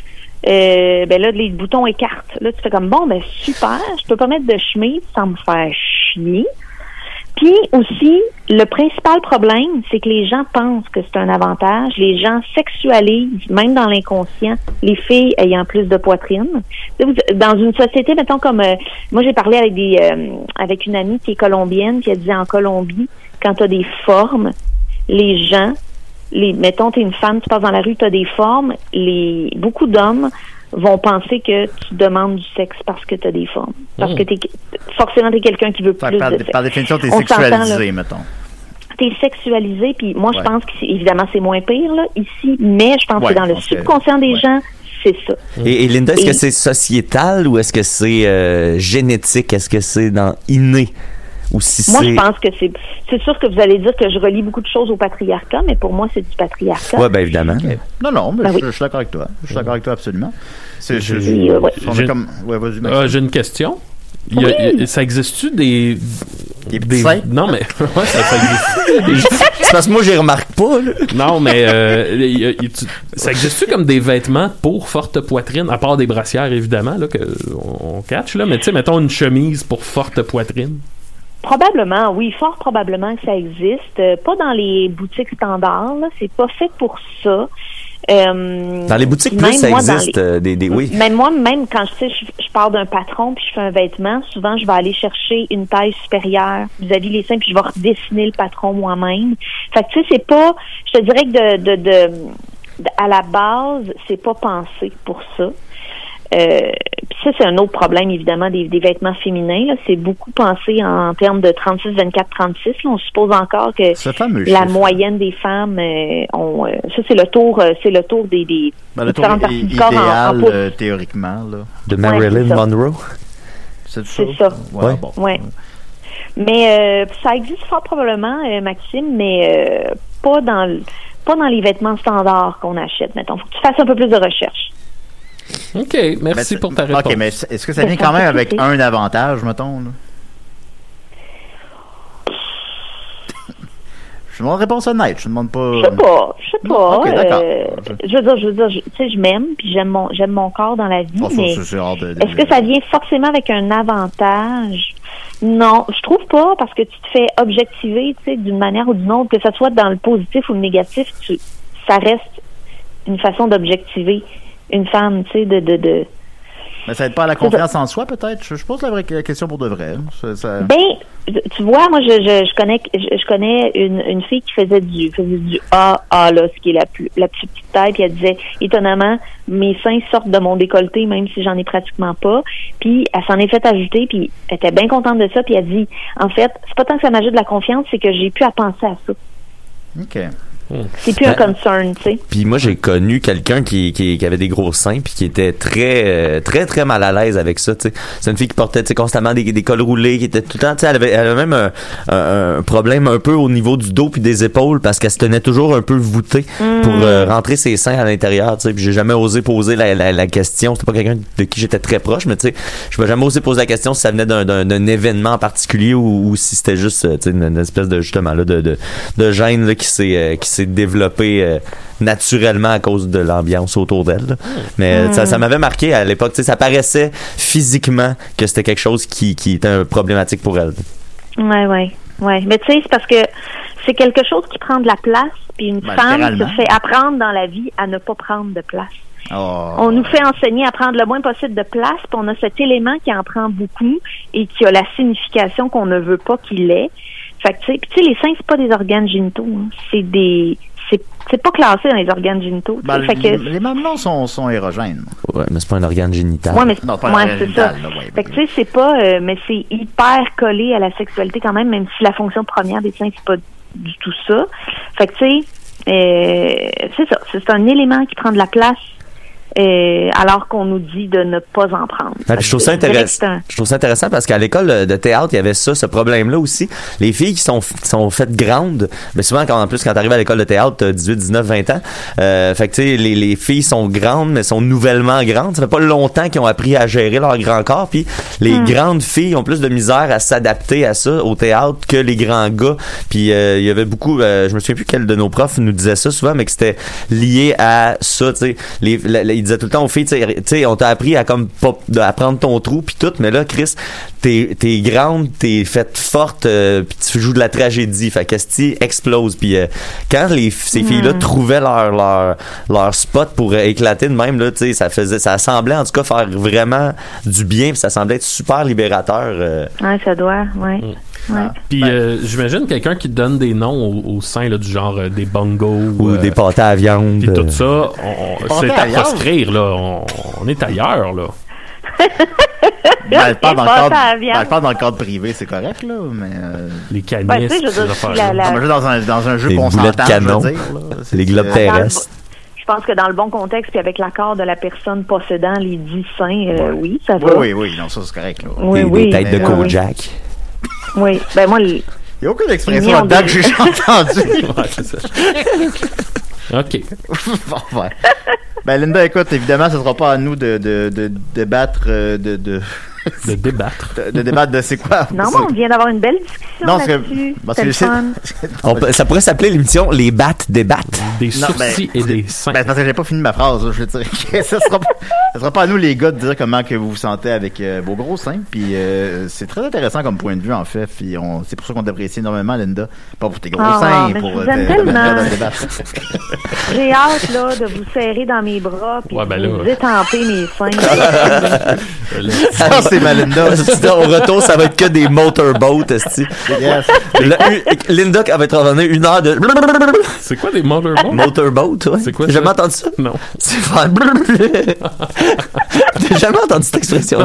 S7: euh, ben là, les boutons écartent. Là, tu fais comme, bon, ben super, je peux pas mettre de chemise sans me faire chier. Puis aussi, le principal problème, c'est que les gens pensent que c'est un avantage. Les gens sexualisent, même dans l'inconscient, les filles ayant plus de poitrine. Tu sais, vous- Dans une société, mettons comme euh, moi, j'ai parlé avec des euh, avec une amie qui est colombienne, puis elle disait en Colombie, quand tu as des formes, les gens, les mettons, t'es une femme, tu passes dans la rue, tu as des formes, les beaucoup d'hommes vont penser que tu demandes du sexe parce que tu as des formes. Parce
S4: Mmh.
S7: que t'es forcément t'es quelqu'un qui veut
S4: Fait
S7: plus
S4: que par,
S7: de sexe.
S4: par définition, t'es
S7: On s'entend,
S4: sexualisé,
S7: là.
S4: mettons.
S7: T'es sexualisé, puis moi,
S4: Ouais.
S7: je pense que c'est- évidemment, c'est moins pire, là, ici, mais je pense
S5: Ouais,
S7: que dans le
S5: parce que-
S7: subconscient des
S5: ouais.
S7: gens, c'est ça.
S5: Et, et Linda, est-ce
S7: Et-
S5: que c'est sociétal ou est-ce que c'est euh, génétique? Est-ce que c'est dans inné? Ou si
S7: Moi,
S5: c'est...
S7: je pense que c'est... C'est sûr que vous allez dire que je relie beaucoup de choses au patriarcat, mais pour moi, c'est du patriarcat.
S5: Ouais, ben évidemment.
S4: Non, non, mais
S7: Ben
S4: je,
S7: oui.
S4: je suis d'accord avec toi. Je suis d'accord avec toi, absolument. C'est, je,
S6: J'ai-
S4: je-
S6: ouais.
S4: on est
S6: J'ai-
S4: comme, ouais, vas-y, Maxime.
S6: Ah, j'ai une question. Il y a-
S4: Oui.
S6: il y a- ça existe-tu des.
S4: Des petits seins?
S6: Non, mais. Ouais, ça, ça existe.
S5: C'est parce que moi, je les remarque pas, là.
S6: Non, mais. euh, il y a- il- tu- ça existe-tu comme des vêtements pour forte poitrine, à part des brassières, évidemment, là, que on, on catch, là, mais tu sais, mettons une chemise pour forte poitrine.
S7: Probablement, oui, fort probablement que ça existe. Euh, pas dans les boutiques standards, là, c'est pas fait pour ça. Euh,
S5: Dans les boutiques
S7: même
S5: plus, ça
S7: moi, dans
S5: existe,
S7: les-
S5: euh, des, des... Oui.
S7: Même moi, même quand je, sais, je, je pars d'un patron puis je fais un vêtement, souvent je vais aller chercher une taille supérieure vis-à-vis les seins puis je vais redessiner le patron moi-même. Fait que tu sais, c'est pas, je te dirais que de, de, de, de- à la base, c'est pas pensé pour ça. Euh, puis ça, c'est un autre problème, évidemment, des, des vêtements féminins. Là. C'est beaucoup pensé en termes de trente-six, vingt-quatre, trente-six. Là. On suppose encore que
S4: Ce fameux
S7: la
S4: chiffre.
S7: moyenne des femmes euh, ont... euh, ça, c'est le tour euh, c'est le tour des, des
S4: Ben, le tour
S7: différentes parties
S4: i-
S7: du corps en- en,
S4: idéal,
S7: pouces.
S4: euh, théoriquement, là.
S5: De
S7: Ouais,
S5: Marilyn
S7: c'est ça.
S5: Monroe.
S4: C'est
S7: C'est ça.
S4: Ouais,
S5: Ouais.
S4: bon.
S7: Ouais. Mais euh, ça existe fort probablement, euh, Maxime, mais euh, pas dans le- pas dans les vêtements standards qu'on achète, mettons. Faut que tu fasses un peu plus de recherche.
S6: OK, merci
S4: Mais-
S6: pour ta réponse.
S4: OK, mais est-ce que ça
S7: Ben,
S4: vient
S7: ça
S4: quand même
S7: peut
S4: avec
S7: coûter.
S4: un avantage, mettons, là? Je demande une réponse honnête, je demande pas...
S7: Je sais pas, je sais pas.
S4: Ok, d'accord.
S7: euh, je veux dire, je veux dire, je- tu sais, je m'aime, puis j'aime mon, j'aime mon corps dans la vie,
S4: Oh, ça,
S7: mais
S4: c'est- c'est hors de- de-
S7: est-ce que ça vient forcément avec un avantage? Non, je trouve pas, parce que tu te fais objectiver, tu sais, d'une manière ou d'une autre, que ça soit dans le positif ou le négatif, tu, ça reste une façon d'objectiver une femme, tu sais, de, de, de,
S4: Mais ça aide pas à la confiance en soi, peut-être? Je, je pose la vraie question pour de vrai. Ça, ça-
S7: Ben, tu vois, moi, je, je, je connais, je, je connais une, une fille qui faisait du, faisait du A A, là, ce qui est la plus, la plus petite taille, puis elle disait, étonnamment, mes seins sortent de mon décolleté, même si j'en ai pratiquement pas. Puis, elle s'en est fait ajouter, puis elle était bien contente de ça, puis elle dit, en fait, c'est pas tant que ça m'ajoute de la confiance, c'est que j'ai pu à penser à ça.
S4: OK.
S7: C'est plus un
S5: Ben,
S7: concern, tu sais.
S5: Puis moi, j'ai connu quelqu'un qui, qui, qui avait des gros seins puis qui était très, euh, très, très mal à l'aise avec ça, tu sais. C'est une fille qui portait, tu sais, constamment des, des cols roulés, qui était tout le temps, tu sais, elle avait, elle avait même un, un, un problème un peu au niveau du dos puis des épaules parce qu'elle se tenait toujours un peu voûtée pour euh, rentrer ses seins à l'intérieur, tu sais. Puis j'ai jamais osé poser la, la, la question. C'était pas quelqu'un de qui j'étais très proche, mais tu sais, je n'ai jamais osé poser la question si ça venait d'un, d'un, d'un événement en particulier ou, ou si c'était juste, tu sais, une, une espèce de, justement, là, de, de, de gêne, là, qui s'est, euh, qui s'est développée euh, naturellement à cause de l'ambiance autour d'elle. là. Mais euh, ça, ça m'avait marqué à l'époque. Tu sais, ça paraissait physiquement que c'était quelque chose qui, qui était un problématique pour elle.
S7: Ouais, ouais, ouais. Mais tu sais, c'est parce que c'est quelque chose qui prend de la place, puis une
S4: Ben,
S7: femme
S4: littéralement.
S7: se fait apprendre dans la vie à ne pas prendre de place.
S4: Oh.
S7: On nous fait enseigner à prendre le moins possible de place, puis on a cet élément qui en prend beaucoup et qui a la signification qu'on ne veut pas qu'il ait. Fait que, tu sais, puis tu sais, les seins, c'est pas des organes génitaux, hein. C'est des... C'est, c'est pas classé dans les organes génitaux. tu sais.
S4: Ben,
S7: fait que,
S4: les mamelons sont, sont érogènes.
S5: Ouais, mais c'est pas un organe génital.
S7: Ouais, mais c'est,
S4: Non, pas un
S7: ouais,
S4: organe
S7: c'est
S4: génital,
S7: ça.
S4: là, ouais.
S7: Fait que tu sais, c'est pas, euh, mais c'est hyper collé à la sexualité quand même, même si la fonction première des seins, c'est pas du tout ça. Fait que tu sais, euh, c'est ça. C'est un élément qui prend de la place. Euh, alors qu'on nous dit de ne pas en prendre.
S5: Ah, puis je trouve ça intéressant. Je trouve ça intéressant parce qu'à l'école de théâtre, il y avait ça, ce problème-là aussi. Les filles qui sont qui sont faites grandes, mais souvent quand en plus quand t'arrives à l'école de théâtre, t'as dix-huit, dix-neuf, vingt ans. Euh, fait que tu sais, les, les filles sont grandes, mais sont nouvellement grandes. Ça fait pas longtemps qu'ils ont appris à gérer leur grand corps. Puis les
S7: Mm.
S5: grandes filles ont plus de misère à s'adapter à ça au théâtre que les grands gars. Puis euh, il y avait beaucoup, euh, je me souviens plus quel de nos profs nous disait ça souvent, mais que c'était lié à ça. Tu sais, les, la, la, il disait tout le temps aux filles, tu sais, on t'a appris à comme pas, à prendre ton trou puis tout, mais là, Chris, t'es, t'es grande, t'es faite forte, euh, puis tu joues de la tragédie. Fait que Esti explose. Puis euh, quand les ces filles-là
S7: Mm.
S5: trouvaient leur leur leur spot pour euh, éclater de même là, tu sais, ça faisait, ça semblait en tout cas faire vraiment du bien, puis ça semblait être super libérateur. Euh.
S7: Ouais, ça doit, ouais.
S6: Mm.
S7: Ouais.
S6: Puis euh, j'imagine quelqu'un qui donne des noms au, au sein là, du genre euh, des bongos
S5: Ou
S6: euh,
S5: des pâtés à viande.
S6: puis tout
S5: euh.
S6: ça, on, on-
S4: Pâtés
S6: c'est
S4: à
S6: à
S4: viande?
S6: proscrire là. On, on est ailleurs là.
S4: Ben, je parle dans le
S7: Pâte
S4: cadre,
S7: à viande.
S4: ben, je parle dans le cadre privé, c'est correct, là, mais... Euh...
S6: Les canisses,
S7: Ben, tu sais, je veux
S6: ces
S7: dire,
S6: affaires-là.
S7: la- la-
S4: non, mais juste dans un, dans un jeu
S5: Les boulettes
S4: consentant, je
S5: canon.
S4: veux dire, là. C'est-
S5: Les globes
S4: c'est-
S5: terrestres.
S7: Je pense que dans le bon contexte, puis avec l'accord de la personne possédant les dix seins, euh, oui, ça va.
S4: Oui, oui, oui, non, ça, c'est correct, là.
S7: Oui,
S5: Des,
S7: oui.
S5: des têtes de
S4: mais,
S7: euh,
S5: Kojak.
S7: Oui. Ben, moi, le-
S4: Il n'y a aucune expression
S7: Millions
S4: là-dedans
S7: de-
S4: que j'ai entendue.
S6: Ouais, c'est ça. OK.
S4: Bon, ouais. Ben, Linda, écoute, évidemment, ce sera pas à nous de, de, de, débattre euh, de, de,
S6: De débattre.
S4: de, de débattre de c'est quoi.
S7: non,
S4: c'est-
S7: mais on vient d'avoir une belle discussion
S4: Non, parce que-
S7: là-dessus.
S4: parce
S7: C'est
S4: que
S7: le
S4: je sais-
S7: fun.
S5: On peut- ça pourrait s'appeler l'émission Les battes débattent.
S6: Des
S4: Non,
S6: sourcils
S4: ben,
S6: et des seins.
S4: Ben, parce que j'ai pas fini ma phrase, là, je veux dire. que ça sera pas, ça sera pas à nous, les gars, de dire comment que vous vous sentez avec euh, vos gros seins. Puis, euh, c'est très intéressant comme point de vue, en fait. Puis, on, c'est pour ça qu'on t'apprécie énormément, Linda. Pas pour tes gros
S7: Ah,
S4: seins,
S7: mais
S4: pour
S7: je vous
S4: euh,
S7: aime
S4: ta- ta
S7: tellement.
S4: manière de débattre.
S7: J'ai hâte, là, de vous serrer dans mes bras, puis
S6: Ouais, ben
S7: de
S6: là.
S7: vous étamper mes seins.
S4: Ça, c'est ma Linda.
S5: Au retour, ça va être que des motorboats, esti.
S4: Yes.
S5: Le- u- Linda qui va être revenue une heure de
S6: C'est quoi des motorboats?
S5: motorboat, ouais.
S6: C'est quoi
S5: T'as
S6: ça?
S5: jamais entendu ça?
S6: Non.
S5: C'est faire T'as jamais entendu cette expression-là?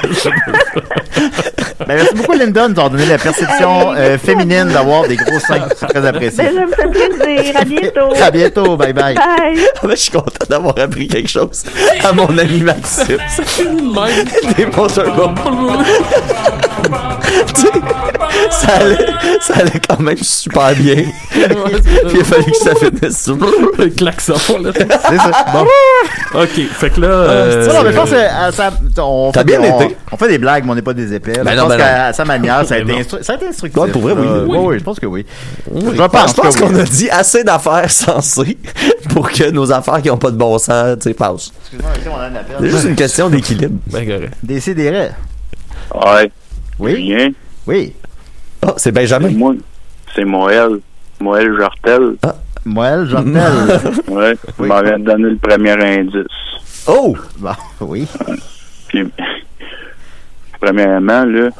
S4: Ben, merci beaucoup, Linda, de nous avoir donné la perception euh, féminine d'avoir des gros seins. C'est très apprécié.
S7: Ben, ça me fait plaisir. À bientôt.
S4: À bientôt. Bye bye.
S7: Bye.
S5: Ah ben, je suis content d'avoir appris quelque chose à mon ami Maxime. Des motorboats. Tu sais, ça allait, ça allait quand même super bien. Puis il a fallu que ça finisse sur
S6: Le klaxon, là.
S4: C'est ça. Bon.
S6: OK, fait que là... euh,
S4: Ça, non, mais je pense que euh, ça, on,
S5: T'as
S4: fait
S5: bien
S4: des, on,
S5: été.
S4: on fait des blagues, mais on n'est pas des épais.
S5: Ben
S4: je
S5: non,
S4: pense
S5: ben
S4: qu'à à sa manière, ça a, été
S6: Ben non.
S4: instru- ça a été instructif.
S5: Ouais, pour vrai, oui.
S4: là.
S5: Oui.
S4: Oui, oui, je pense que oui. Je
S5: Je pense,
S4: pense,
S5: je pense
S4: que
S5: qu'on
S4: oui.
S5: a dit assez d'affaires sensées pour que nos affaires qui n'ont pas de bon sens, tu sais, passent.
S4: Excuse-moi, Maxime, on a un appel.
S5: C'est juste une question d'équilibre.
S6: Ben, correct.
S4: Décidérez.
S9: Ouais.
S4: Oui?
S9: Rien.
S4: Oui.
S5: Oh, c'est Benjamin.
S9: Moi, c'est Moël. Moël Jortel.
S4: Moël, Jortel.
S9: Ouais. Il
S4: Oui.
S9: m'avait donné le premier indice.
S5: Oh!
S4: Bon, oui.
S9: Puis, premièrement, là,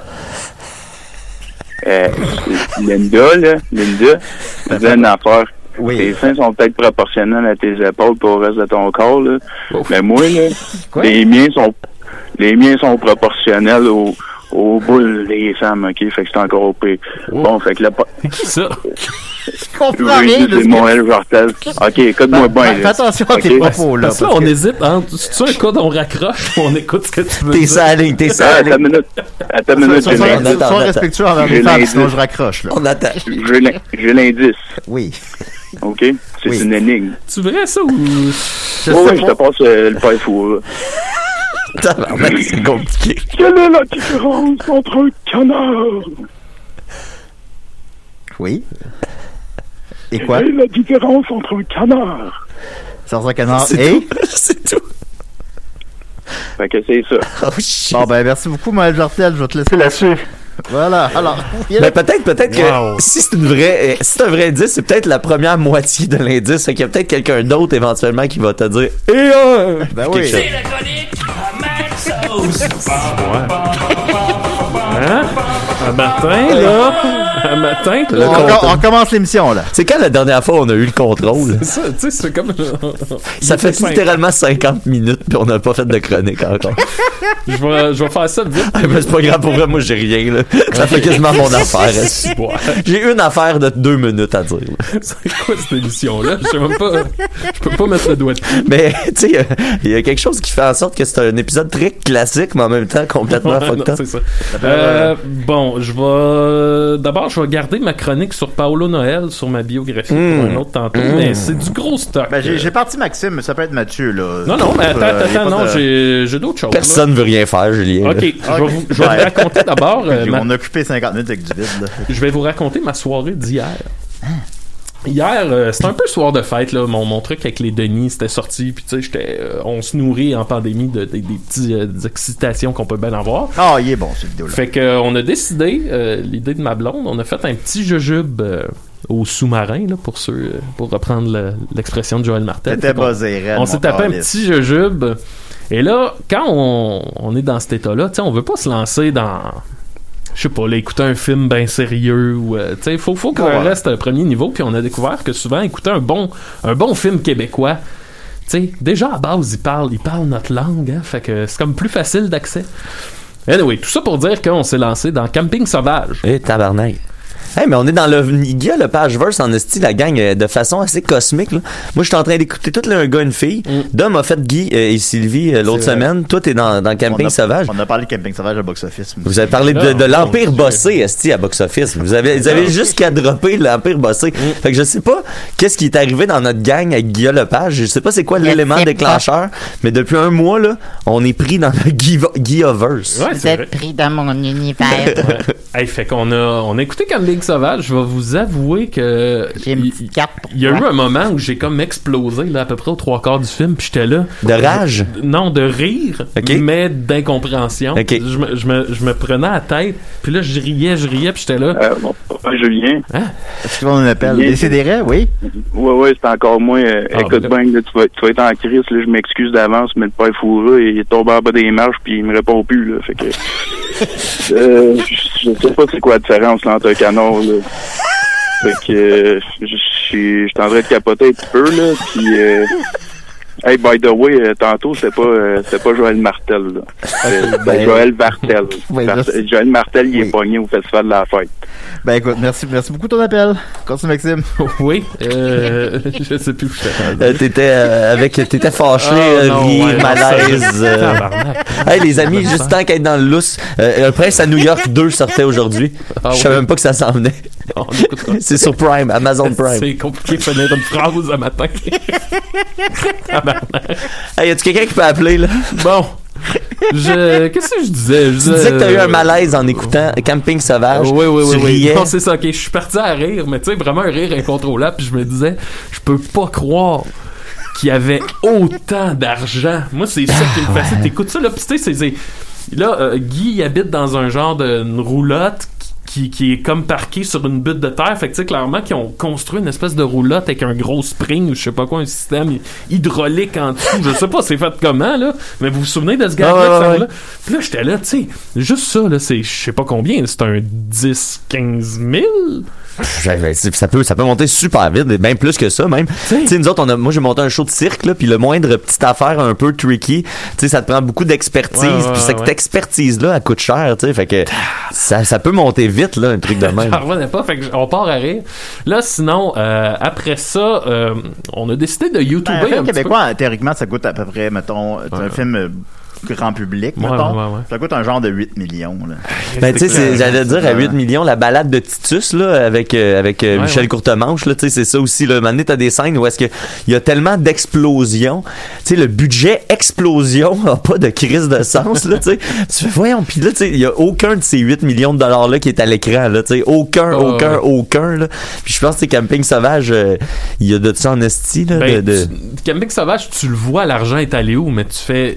S9: euh, c'est Linda, là, Linda, faisait une affaire.
S4: Oui.
S9: Tes seins sont peut-être proportionnels à tes épaules pour le reste de ton corps, là. Mais moi, là,
S4: Quoi?
S9: les miens sont, les miens sont proportionnels aux, aux boules des femmes, ok? Fait que c'est encore au pire. Bon, fait que là, pas-
S6: Qui ça?
S4: Je comprends
S9: je
S4: rien
S9: veux
S4: de
S9: dire,
S4: ce
S9: c'est
S4: que...
S9: Moël Jortel. Ok, écoute-moi
S4: Ben,
S9: bien,
S4: ben,
S9: là.
S4: fais attention à tes
S9: Ok?
S4: propos, là.
S6: Parce que là,
S4: parce
S6: on
S4: que-
S6: hésite entre... C'est-tu un cas on raccroche ou on écoute ce que tu veux
S5: T'es
S6: dire?
S5: sur la ligne, t'es sur
S9: Ah,
S5: la
S9: attends
S5: ligne.
S9: une minute. Attends une minute,
S4: Sois-
S9: j'ai
S4: sois-
S9: l'indice.
S5: Attends,
S4: Sois
S5: attends.
S4: respectueux envers
S9: J'ai
S4: les femmes,
S9: l'indice.
S4: sinon je raccroche, là.
S5: On attend.
S9: J'ai l'in- j'ai l'indice,
S4: Oui.
S9: ok? C'est
S4: Oui.
S9: une énigme.
S6: Tu vrai ça ou...
S4: Je
S9: Oui,
S4: sais
S9: oui, je te
S4: pas.
S9: passe euh, le pain fou, là.
S5: Tabarnak, c'est compliqué.
S9: Quelle est la différence entre un canard
S4: Oui. Et quoi?
S9: la différence entre un canard?
S4: Sarsa Canard
S5: C'est
S4: et...
S5: tout. C'est tout.
S9: Fait que c'est ça.
S5: Oh shit.
S4: Bon, ben, merci beaucoup, Moël Jortel. Je vais te laisser là-dessus. Voilà, alors.
S5: Ben, peut-être, peut-être wow. que si c'est une vraie, si c'est un vrai indice, c'est peut-être la première moitié de l'indice. Fait qu'il y a peut-être quelqu'un d'autre éventuellement qui va te dire, et euh,
S4: ben oui.
S10: C'est la chronique à Maxos.
S6: Hein? Un matin, là. Un matin, là.
S4: On, on, on commence l'émission, là.
S5: C'est quand la dernière fois on a eu le contrôle?
S6: C'est ça, tu sais, c'est comme.
S5: Ça fait littéralement cinquante minutes, puis on n'a pas fait de chronique encore.
S6: je, vais, je vais faire ça vite.
S5: Ah, mais c'est pas grave, pour vrai, moi, j'ai rien, là. Ça fait quasiment mon affaire. J'ai une affaire de deux minutes à dire.
S6: C'est quoi cette émission-là? Je sais même pas. Je peux pas mettre le doigt dessus.
S5: Mais, tu sais, il y a quelque chose qui fait en sorte que c'est un épisode très classique, mais en même temps complètement fucked up.
S6: C'est ça. Euh, bon, je vais. D'abord, je vais garder ma chronique sur Paolo Noël, sur ma biographie mmh. pour un autre tantôt, mmh. mais c'est du gros stock.
S4: Ben, j'ai, j'ai parti Maxime, mais ça peut être Mathieu, là.
S6: Non, non, mais attends, euh, attends, non, de... j'ai, j'ai d'autres choses.
S5: Personne
S6: là.
S5: veut rien faire, Julien.
S6: OK, okay. je vais vous, je vais vous raconter d'abord. Euh,
S4: ma... On
S6: a
S4: occupé cinquante minutes avec du vide, là.
S6: Je vais vous raconter ma soirée d'hier. Hier, euh, c'était un peu soir de fête, là. Mon, mon truc avec les Denis, c'était sorti, puis tu sais, j'étais, euh, on se nourrit en pandémie de, de, de des petites euh, excitations qu'on peut bien avoir.
S4: Ah, oh, il est bon, cette vidéo-là.
S6: Fait que, euh, on a décidé, euh, l'idée de ma blonde, on a fait un petit jujube euh, au sous-marin, là, pour ceux, euh, pour reprendre le, l'expression de Joël Martel.
S4: C'était buzzé,
S6: On, on s'est tapé un petit jujube, et là, quand on, on est dans cet état-là, tu sais, on veut pas se lancer dans... je sais pas, là, écouter un film bien sérieux ou euh, tu sais, faut faut qu'on ouais. reste à premier niveau, puis on a découvert que souvent écouter un bon un bon film québécois, tu sais, déjà à base, ils parlent ils parlent notre langue, hein, fait que c'est comme plus facile d'accès. Anyway, tout ça pour dire qu'on s'est lancé dans Camping Sauvage.
S5: Eh, tabarnak. Hey, mais on est dans le Guy le Pageverse en esti, la gang, euh, de façon assez cosmique, là. Moi, je suis en train d'écouter tout là, un gars, une fille. Mm. Dom a fait Guy euh, et Sylvie euh, l'autre semaine. Toi, t'es dans, dans Camping
S4: on a,
S5: Sauvage.
S4: On a parlé de Camping Sauvage à Box Office.
S5: Vous avez parlé de, de l'Empire Bossé, esti, à Box Office. Vous avez, vous avez juste qu'à dropper l'Empire Bossé. Mm. Fait que je sais pas qu'est-ce qui est arrivé dans notre gang avec Guy Lepage. Je sais pas c'est quoi l'élément déclencheur, mais depuis un mois, là, on est pris dans le Guy, Guy-Overse.
S11: Ouais, vous êtes pris dans mon univers.
S6: Hey, fait qu'on a, on a écouté Camping Sauvage. Je vais vous vous avouer que il y, y a eu un moment où j'ai comme explosé là, à peu près aux trois quarts du film, puis j'étais là
S5: de rage
S6: je, non de rire okay. mais d'incompréhension.
S5: Okay.
S6: je, me, je, me, je me prenais à la tête, puis là je riais je riais puis j'étais là
S9: euh, bon, Julien
S6: hein?
S4: Est-ce qu'on appelle Décidérez? Oui
S9: ouais ouais c'est encore moi euh, ah, écoute bien là, tu, vas, tu vas être en crise là, je m'excuse d'avance, mais le père fourreux il est tombé en bas des marches puis il me répond plus là, fait que euh, je, je sais pas c'est quoi la différence là, entre un canard là. Fait que euh, je suis en train de capoter un petit peu là, puis euh, hey, by the way, euh, tantôt c'était pas euh, c'était pas Joël Martel là. Euh, ben, Joël Vartel.
S4: Oui,
S9: Martel Joël Martel il oui. est pogné au Festival de la Fête.
S4: Ben écoute, merci merci beaucoup de ton appel. Continue Maxime.
S6: Oui, euh, je sais plus où j'étais.
S5: Euh, t'étais euh, avec t'étais fâché, oh, rire, ouais, malaise. Euh... hey les amis, juste tant qu'être dans le lousse, euh, Un Prince à New York deux sortait aujourd'hui. Ah, je savais oui. même pas que ça s'en venait. Oh, c'est sur Prime, Amazon Prime.
S6: C'est compliqué de finir une phrase à matin.
S5: Hey, y a-tu quelqu'un qui peut appeler là?
S6: Bon. Je... Qu'est-ce que je disais? Je
S5: tu
S6: disais,
S5: disais que t'as eu un
S6: euh...
S5: malaise en écoutant Camping Sauvage.
S6: Oui, oui, oui.
S5: Tu
S6: oui.
S5: riais.
S6: Non, c'est ça, ok. Je suis parti à rire, mais tu sais, vraiment un rire incontrôlable. Puis je me disais, je peux pas croire qu'il y avait autant d'argent. Moi, c'est ça qui me fascine. T'écoutes ça, là, pis tu sais, c'est. Là, euh, Guy il habite dans un genre de une roulotte qui, qui est comme parqué sur une butte de terre. Fait que tu sais, clairement qu'ils ont construit une espèce de roulotte avec un gros spring ou je sais pas quoi, un système hydraulique en dessous. Je sais pas c'est fait comment, là, mais vous vous souvenez de ce gars-là?
S5: Ah, ouais, ouais,
S6: là? Puis là, j'étais là, tu sais, juste ça, là, c'est je sais pas combien, c'est un dix quinze mille?
S5: Ça peut, ça peut monter super vite, bien plus que ça même. Tu sais, nous autres, on a, moi j'ai monté un show de cirque là, puis le moindre petite affaire un peu tricky, tu sais, ça te prend beaucoup d'expertise, ouais, ouais, puis cette ouais. expertise là, elle coûte cher, tu sais, fait que ça, ça peut monter vite là, un truc de même.
S6: J'en revenais pas, fait que on part à rire. Là, sinon, euh, après ça, euh, on a décidé de YouTuber ben, un, un film
S4: québécois.
S6: Peu.
S4: Théoriquement, ça coûte à peu près, mettons, ouais. un film. Euh, grand public,
S6: ouais,
S4: mettons.
S6: Ouais, ouais.
S4: Ça coûte un genre de huit millions. Là.
S5: Ben, tu sais, j'allais dire, à huit millions, la balade de Titus, là, avec, euh, avec euh, ouais, Michel ouais. Courtemanche, là, tu sais, c'est ça aussi, là. Maintenant, t'as des scènes où est-ce que il y a tellement d'explosions. Tu sais, le budget explosion a pas de crise de sens, là, tu sais. Tu fais, voyons, pis là, tu sais, il y a aucun de ces huit millions de dollars-là qui est à l'écran, là, tu sais. Aucun, oh, aucun, ouais. aucun, là. Puis je pense que Camping Sauvage, il euh, y a de ça en esti, là.
S6: Ben,
S5: de, de...
S6: Tu, Camping Sauvage, tu le vois, l'argent est allé où, mais tu fais. Tu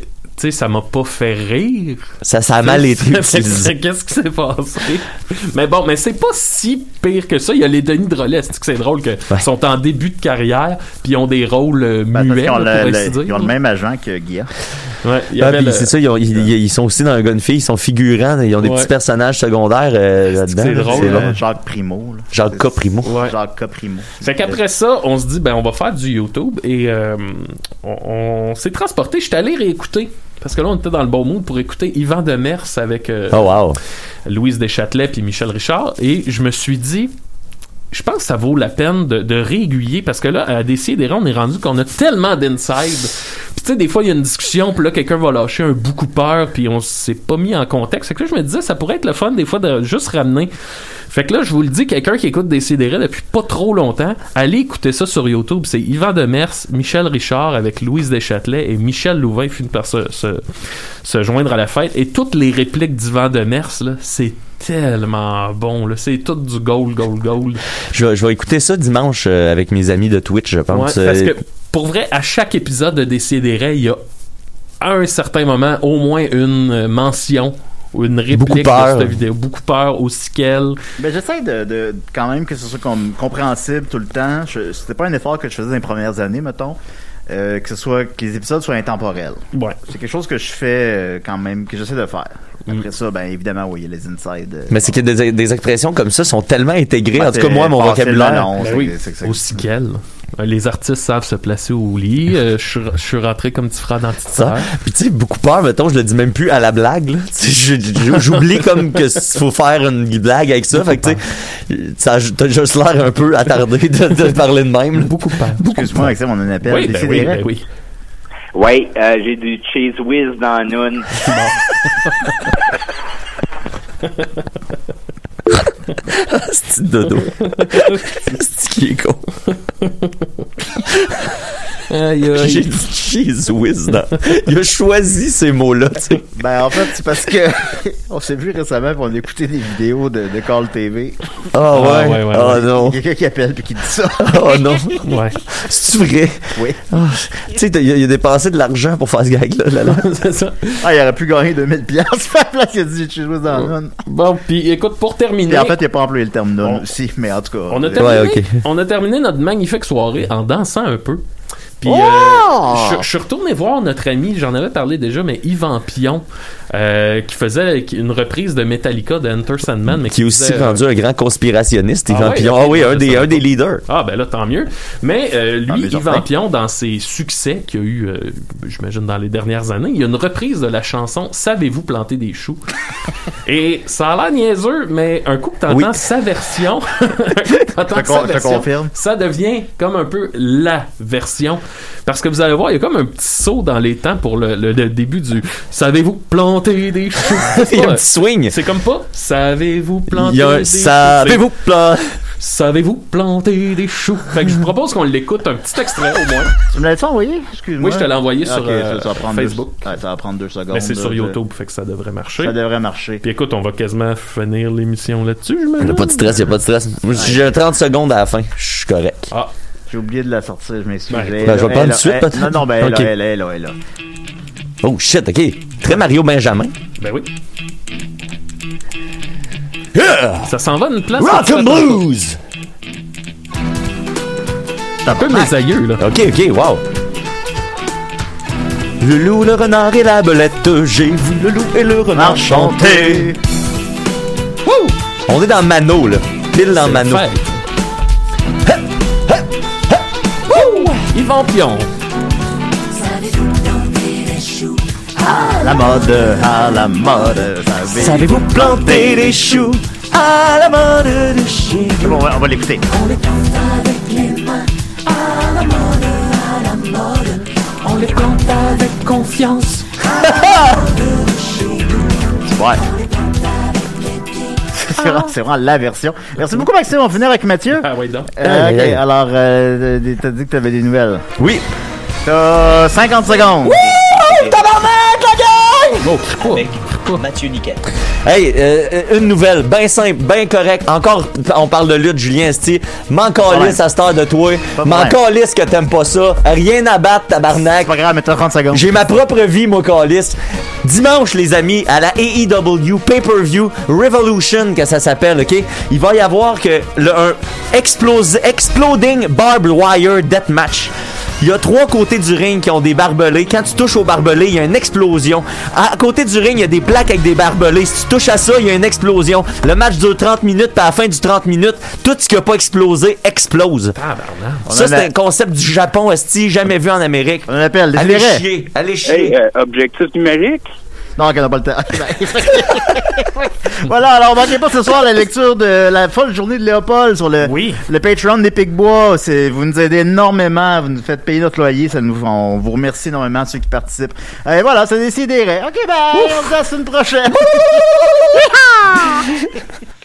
S6: sais, ça m'a pas fait rire.
S5: Ça, ça a mal été utilisé.
S6: Qu'est-ce qui s'est passé? Mais bon, mais c'est pas si pire que ça. Il y a les Denis Drolet, c'est que c'est drôle qu'ils ouais. sont en début de carrière, puis ils ont des rôles euh,
S4: ben,
S6: muets,
S4: ils ont,
S6: là,
S4: le,
S6: pour ainsi
S4: le,
S6: dire.
S4: ils ont le même agent que Guilla.
S6: Ouais,
S5: ah, le... c'est ça, ils, ont, ils, ils sont aussi dans un Gunfille, ils sont figurants, ils ont des ouais. petits personnages secondaires euh, là-dedans.
S4: C'est
S5: là,
S4: drôle,
S5: c'est
S4: euh, Jacques Primo. Là.
S5: Jacques K. Primo.
S6: Ouais.
S4: Jacques K. Primo.
S6: Fait qu'après ça, on se dit, ben on va faire du YouTube et euh, on, on s'est transporté. J'étais allé réécouter. Parce que là, on était dans le bon mood pour écouter Yvan Demers avec euh,
S5: oh, wow.
S6: Louise Deschâtelet puis Michel Richard. Et je me suis dit, je pense que ça vaut la peine de, de réaiguiller parce que là, à Décidérez, on est rendu qu'on a tellement d'inside. Puis tu sais, des fois, il y a une discussion, puis là, quelqu'un va lâcher un beaucoup peur, puis on s'est pas mis en contexte. Fait que là, je me disais, ça pourrait être le fun, des fois, de juste ramener. Fait que là, je vous le dis, quelqu'un qui écoute Décidérez depuis pas trop longtemps, allez écouter ça sur YouTube. C'est Yvan Demers, Michel Richard avec Louise Deschâtelet et Michel Louvain finit par se, se, se joindre à la fête. Et toutes les répliques d'Yvan Demers, là, c'est tellement bon, là. C'est tout du gold, gold, gold.
S5: Je vais, je vais écouter ça dimanche euh, avec mes amis de Twitch, je pense.
S6: Ouais, parce que, pour vrai, à chaque épisode de Décidérez, il y a à un certain moment au moins une mention ou une réplique de cette vidéo. Beaucoup peur, aussi qu'elle.
S4: Ben, j'essaie de, de, quand même que ce soit com- compréhensible tout le temps. Je, c'était pas un effort que je faisais dans les premières années, mettons. Euh, que ce soit, que les épisodes soient intemporels.
S6: Ouais.
S4: C'est quelque chose que je fais euh, quand même, que j'essaie de faire. Après mm. ça, ben évidemment, oui, il y a les inside. Euh,
S5: mais c'est que des, des expressions comme ça sont tellement intégrées.
S4: Ben,
S5: en tout cas, moi, mon vocabulaire.
S6: Ben
S4: c'est,
S6: oui.
S4: c'est, c'est, c'est,
S6: aussi qu'elle. Les artistes savent se placer au lit. Euh, je, je suis rentré comme petit frère dans petite sœur.
S5: Puis tu sais, beaucoup peur, mettons, je le dis même plus à la blague. Là. Je, je, j'oublie comme que faut faire une blague avec ça. Fait que tu sais, ça t'as juste l'air un peu attardé de, de parler de même. Là.
S6: Beaucoup peur.
S4: Excuse-moi, Maxime, on a un appel.
S6: Oui, ben oui, ben oui.
S12: Oui, euh, j'ai du cheese whiz dans la noune.
S5: C'est dodo. C'est qui est con.
S6: Aïe, aïe.
S5: J'ai dit cheese whiz dans. Il a choisi ces mots-là, tu sais.
S4: Ben, en fait, c'est parce que on s'est vu récemment, puis on a écouté des vidéos de, de Call T V.
S5: Oh, ouais.
S6: Ah, ouais, ouais,
S5: oh
S6: ouais.
S5: non.
S4: Il y a quelqu'un qui appelle puis qui dit ça.
S5: Oh non.
S6: Ouais.
S5: C'est vrai?
S4: Oui.
S5: Oh, tu sais, il a, il a dépensé de l'argent pour faire ce gag-là. Là, là.
S6: C'est ça.
S4: Ah, il aurait pu gagner deux mille dollars. C'est pas la place qu'il a dit cheese whiz dans la noune.
S6: Bon, puis écoute, pour terminer.
S4: Puis en fait, il n'a pas employé le terme noune
S6: on...
S4: aussi, mais en tout cas.
S6: On a terminé,
S5: ouais, okay.
S6: on a terminé notre magnifique soirée en dansant un peu. Puis
S4: oh!
S6: euh, je, je suis retourné voir notre ami, j'en avais parlé déjà, mais Yvan Pion, euh, qui faisait une reprise de Metallica de Enter Sandman. Mais
S5: qui est aussi
S6: faisait,
S5: rendu euh... un grand conspirationniste,
S6: ah
S5: Yvan
S6: ouais,
S5: Pion. Ah oui, un des, un des leaders.
S6: Ah ben là, tant mieux. Mais euh, lui,
S4: ah,
S6: Yvan Pion, dans ses succès qu'il y a eu, euh, j'imagine, dans les dernières années, il y a une reprise de la chanson « Savez-vous planter des choux? » Et ça a l'air niaiseux, mais un coup que t'entends oui. sa version, t'entends
S4: je,
S6: sa
S4: con,
S6: version,
S4: je confirme.
S6: Ça devient comme un peu la version. Parce que vous allez voir, il y a comme un petit saut dans les temps pour le, le, le début du « Savez-vous planter des choux? »
S5: Il y a un petit swing.
S6: C'est comme pas « Savez-vous planter
S5: il y a un,
S6: des
S5: savez-vous
S6: choux? »
S5: planter
S6: Savez-vous planter des choux? Fait que je vous propose qu'on l'écoute un petit extrait au moins.
S4: Tu me l'as-tu envoyé? Excuse-moi.
S6: Oui, je te l'ai envoyé sur
S4: okay,
S6: euh,
S4: ça, ça va
S6: Facebook.
S4: Deux, ouais, ça va prendre deux secondes.
S6: Mais c'est
S4: là,
S6: sur
S4: de...
S6: YouTube, fait que ça devrait marcher.
S4: Ça devrait marcher.
S6: Puis écoute, on va quasiment finir l'émission là-dessus, je
S5: Il n'y a pas de stress, il n'y a pas de stress. Moi, j'ai trente secondes à la fin. Je suis correct.
S6: Ah.
S4: J'ai oublié de la sortir, je m'excuse.
S5: Ben, ben, je vais prendre tout de suite.
S4: Elle, non, non, ben,
S5: okay.
S4: elle est là, elle est là.
S5: Oh shit, ok. Très Mario Benjamin.
S6: Ben oui.
S5: Yeah!
S6: Ça s'en va une place.
S5: Rock and blues!
S6: C'est un peu mes aïeux, là.
S5: Ok, ok, wow. Le loup, le renard et la belette, j'ai vu le loup et le renard chanter. Wouh! On est dans Mano, là. Pile dans Mano.
S6: Yvan Pion.
S4: À la mode, à la mode, savez-vous,
S5: savez-vous planter des choux? À la mode de chez
S4: nous. Bon, on va l'écouter.
S10: On les plante avec les mains. À la mode, à la mode. On les plante avec confiance. À la mode de chez nous.
S4: C'est vrai. C'est vraiment, c'est vraiment la version. Merci beaucoup, Maxime. On va finir avec Mathieu.
S6: Ah oui, donc.
S4: Euh, ok, alors, euh, t'as dit que t'avais des nouvelles.
S5: Oui.
S4: T'as cinquante secondes.
S10: Wouh! Tabarnak, la gang!
S6: Oh,
S13: avec Mathieu Niquette.
S5: Hey, euh, une nouvelle, bien simple, bien correct. Encore, on parle de lutte, Julien Esti. M'en calisse à cette heure de toi. M'en calisse que t'aimes pas ça. Rien à battre, tabarnak.
S4: C'est pas grave, mais t'as trente secondes.
S5: J'ai ma propre vie, moi, calisse. Dimanche, les amis, à la A E W Pay-Per-View Revolution, que ça s'appelle, OK? Il va y avoir que le, un explose, Exploding Barbed Wire Deathmatch. Il y a trois côtés du ring qui ont des barbelés. Quand tu touches au barbelé, il y a une explosion. À côté du ring, il y a des plaques avec des barbelés. Si tu touches à ça, il y a une explosion. Le match dure trente minutes, puis à la fin du trente minutes, tout ce qui n'a pas explosé explose.
S6: Ah, ben
S5: ça, c'est la... un concept du Japon, esti, jamais vu en Amérique.
S4: On l'appelle.
S5: Allez chier. Allez chier.
S9: Hey, euh, objectif numérique?
S4: Non, on n'a pas le temps. Voilà, alors manquez pas ce soir la lecture de la folle journée de Léopold sur le,
S6: oui.
S4: le Patreon des Picbois. C'est, vous nous aidez énormément, vous nous faites payer notre loyer, ça nous, on vous remercie énormément ceux qui participent. Et voilà, ça déciderait. Ok, ben, on se dit à la semaine prochaine.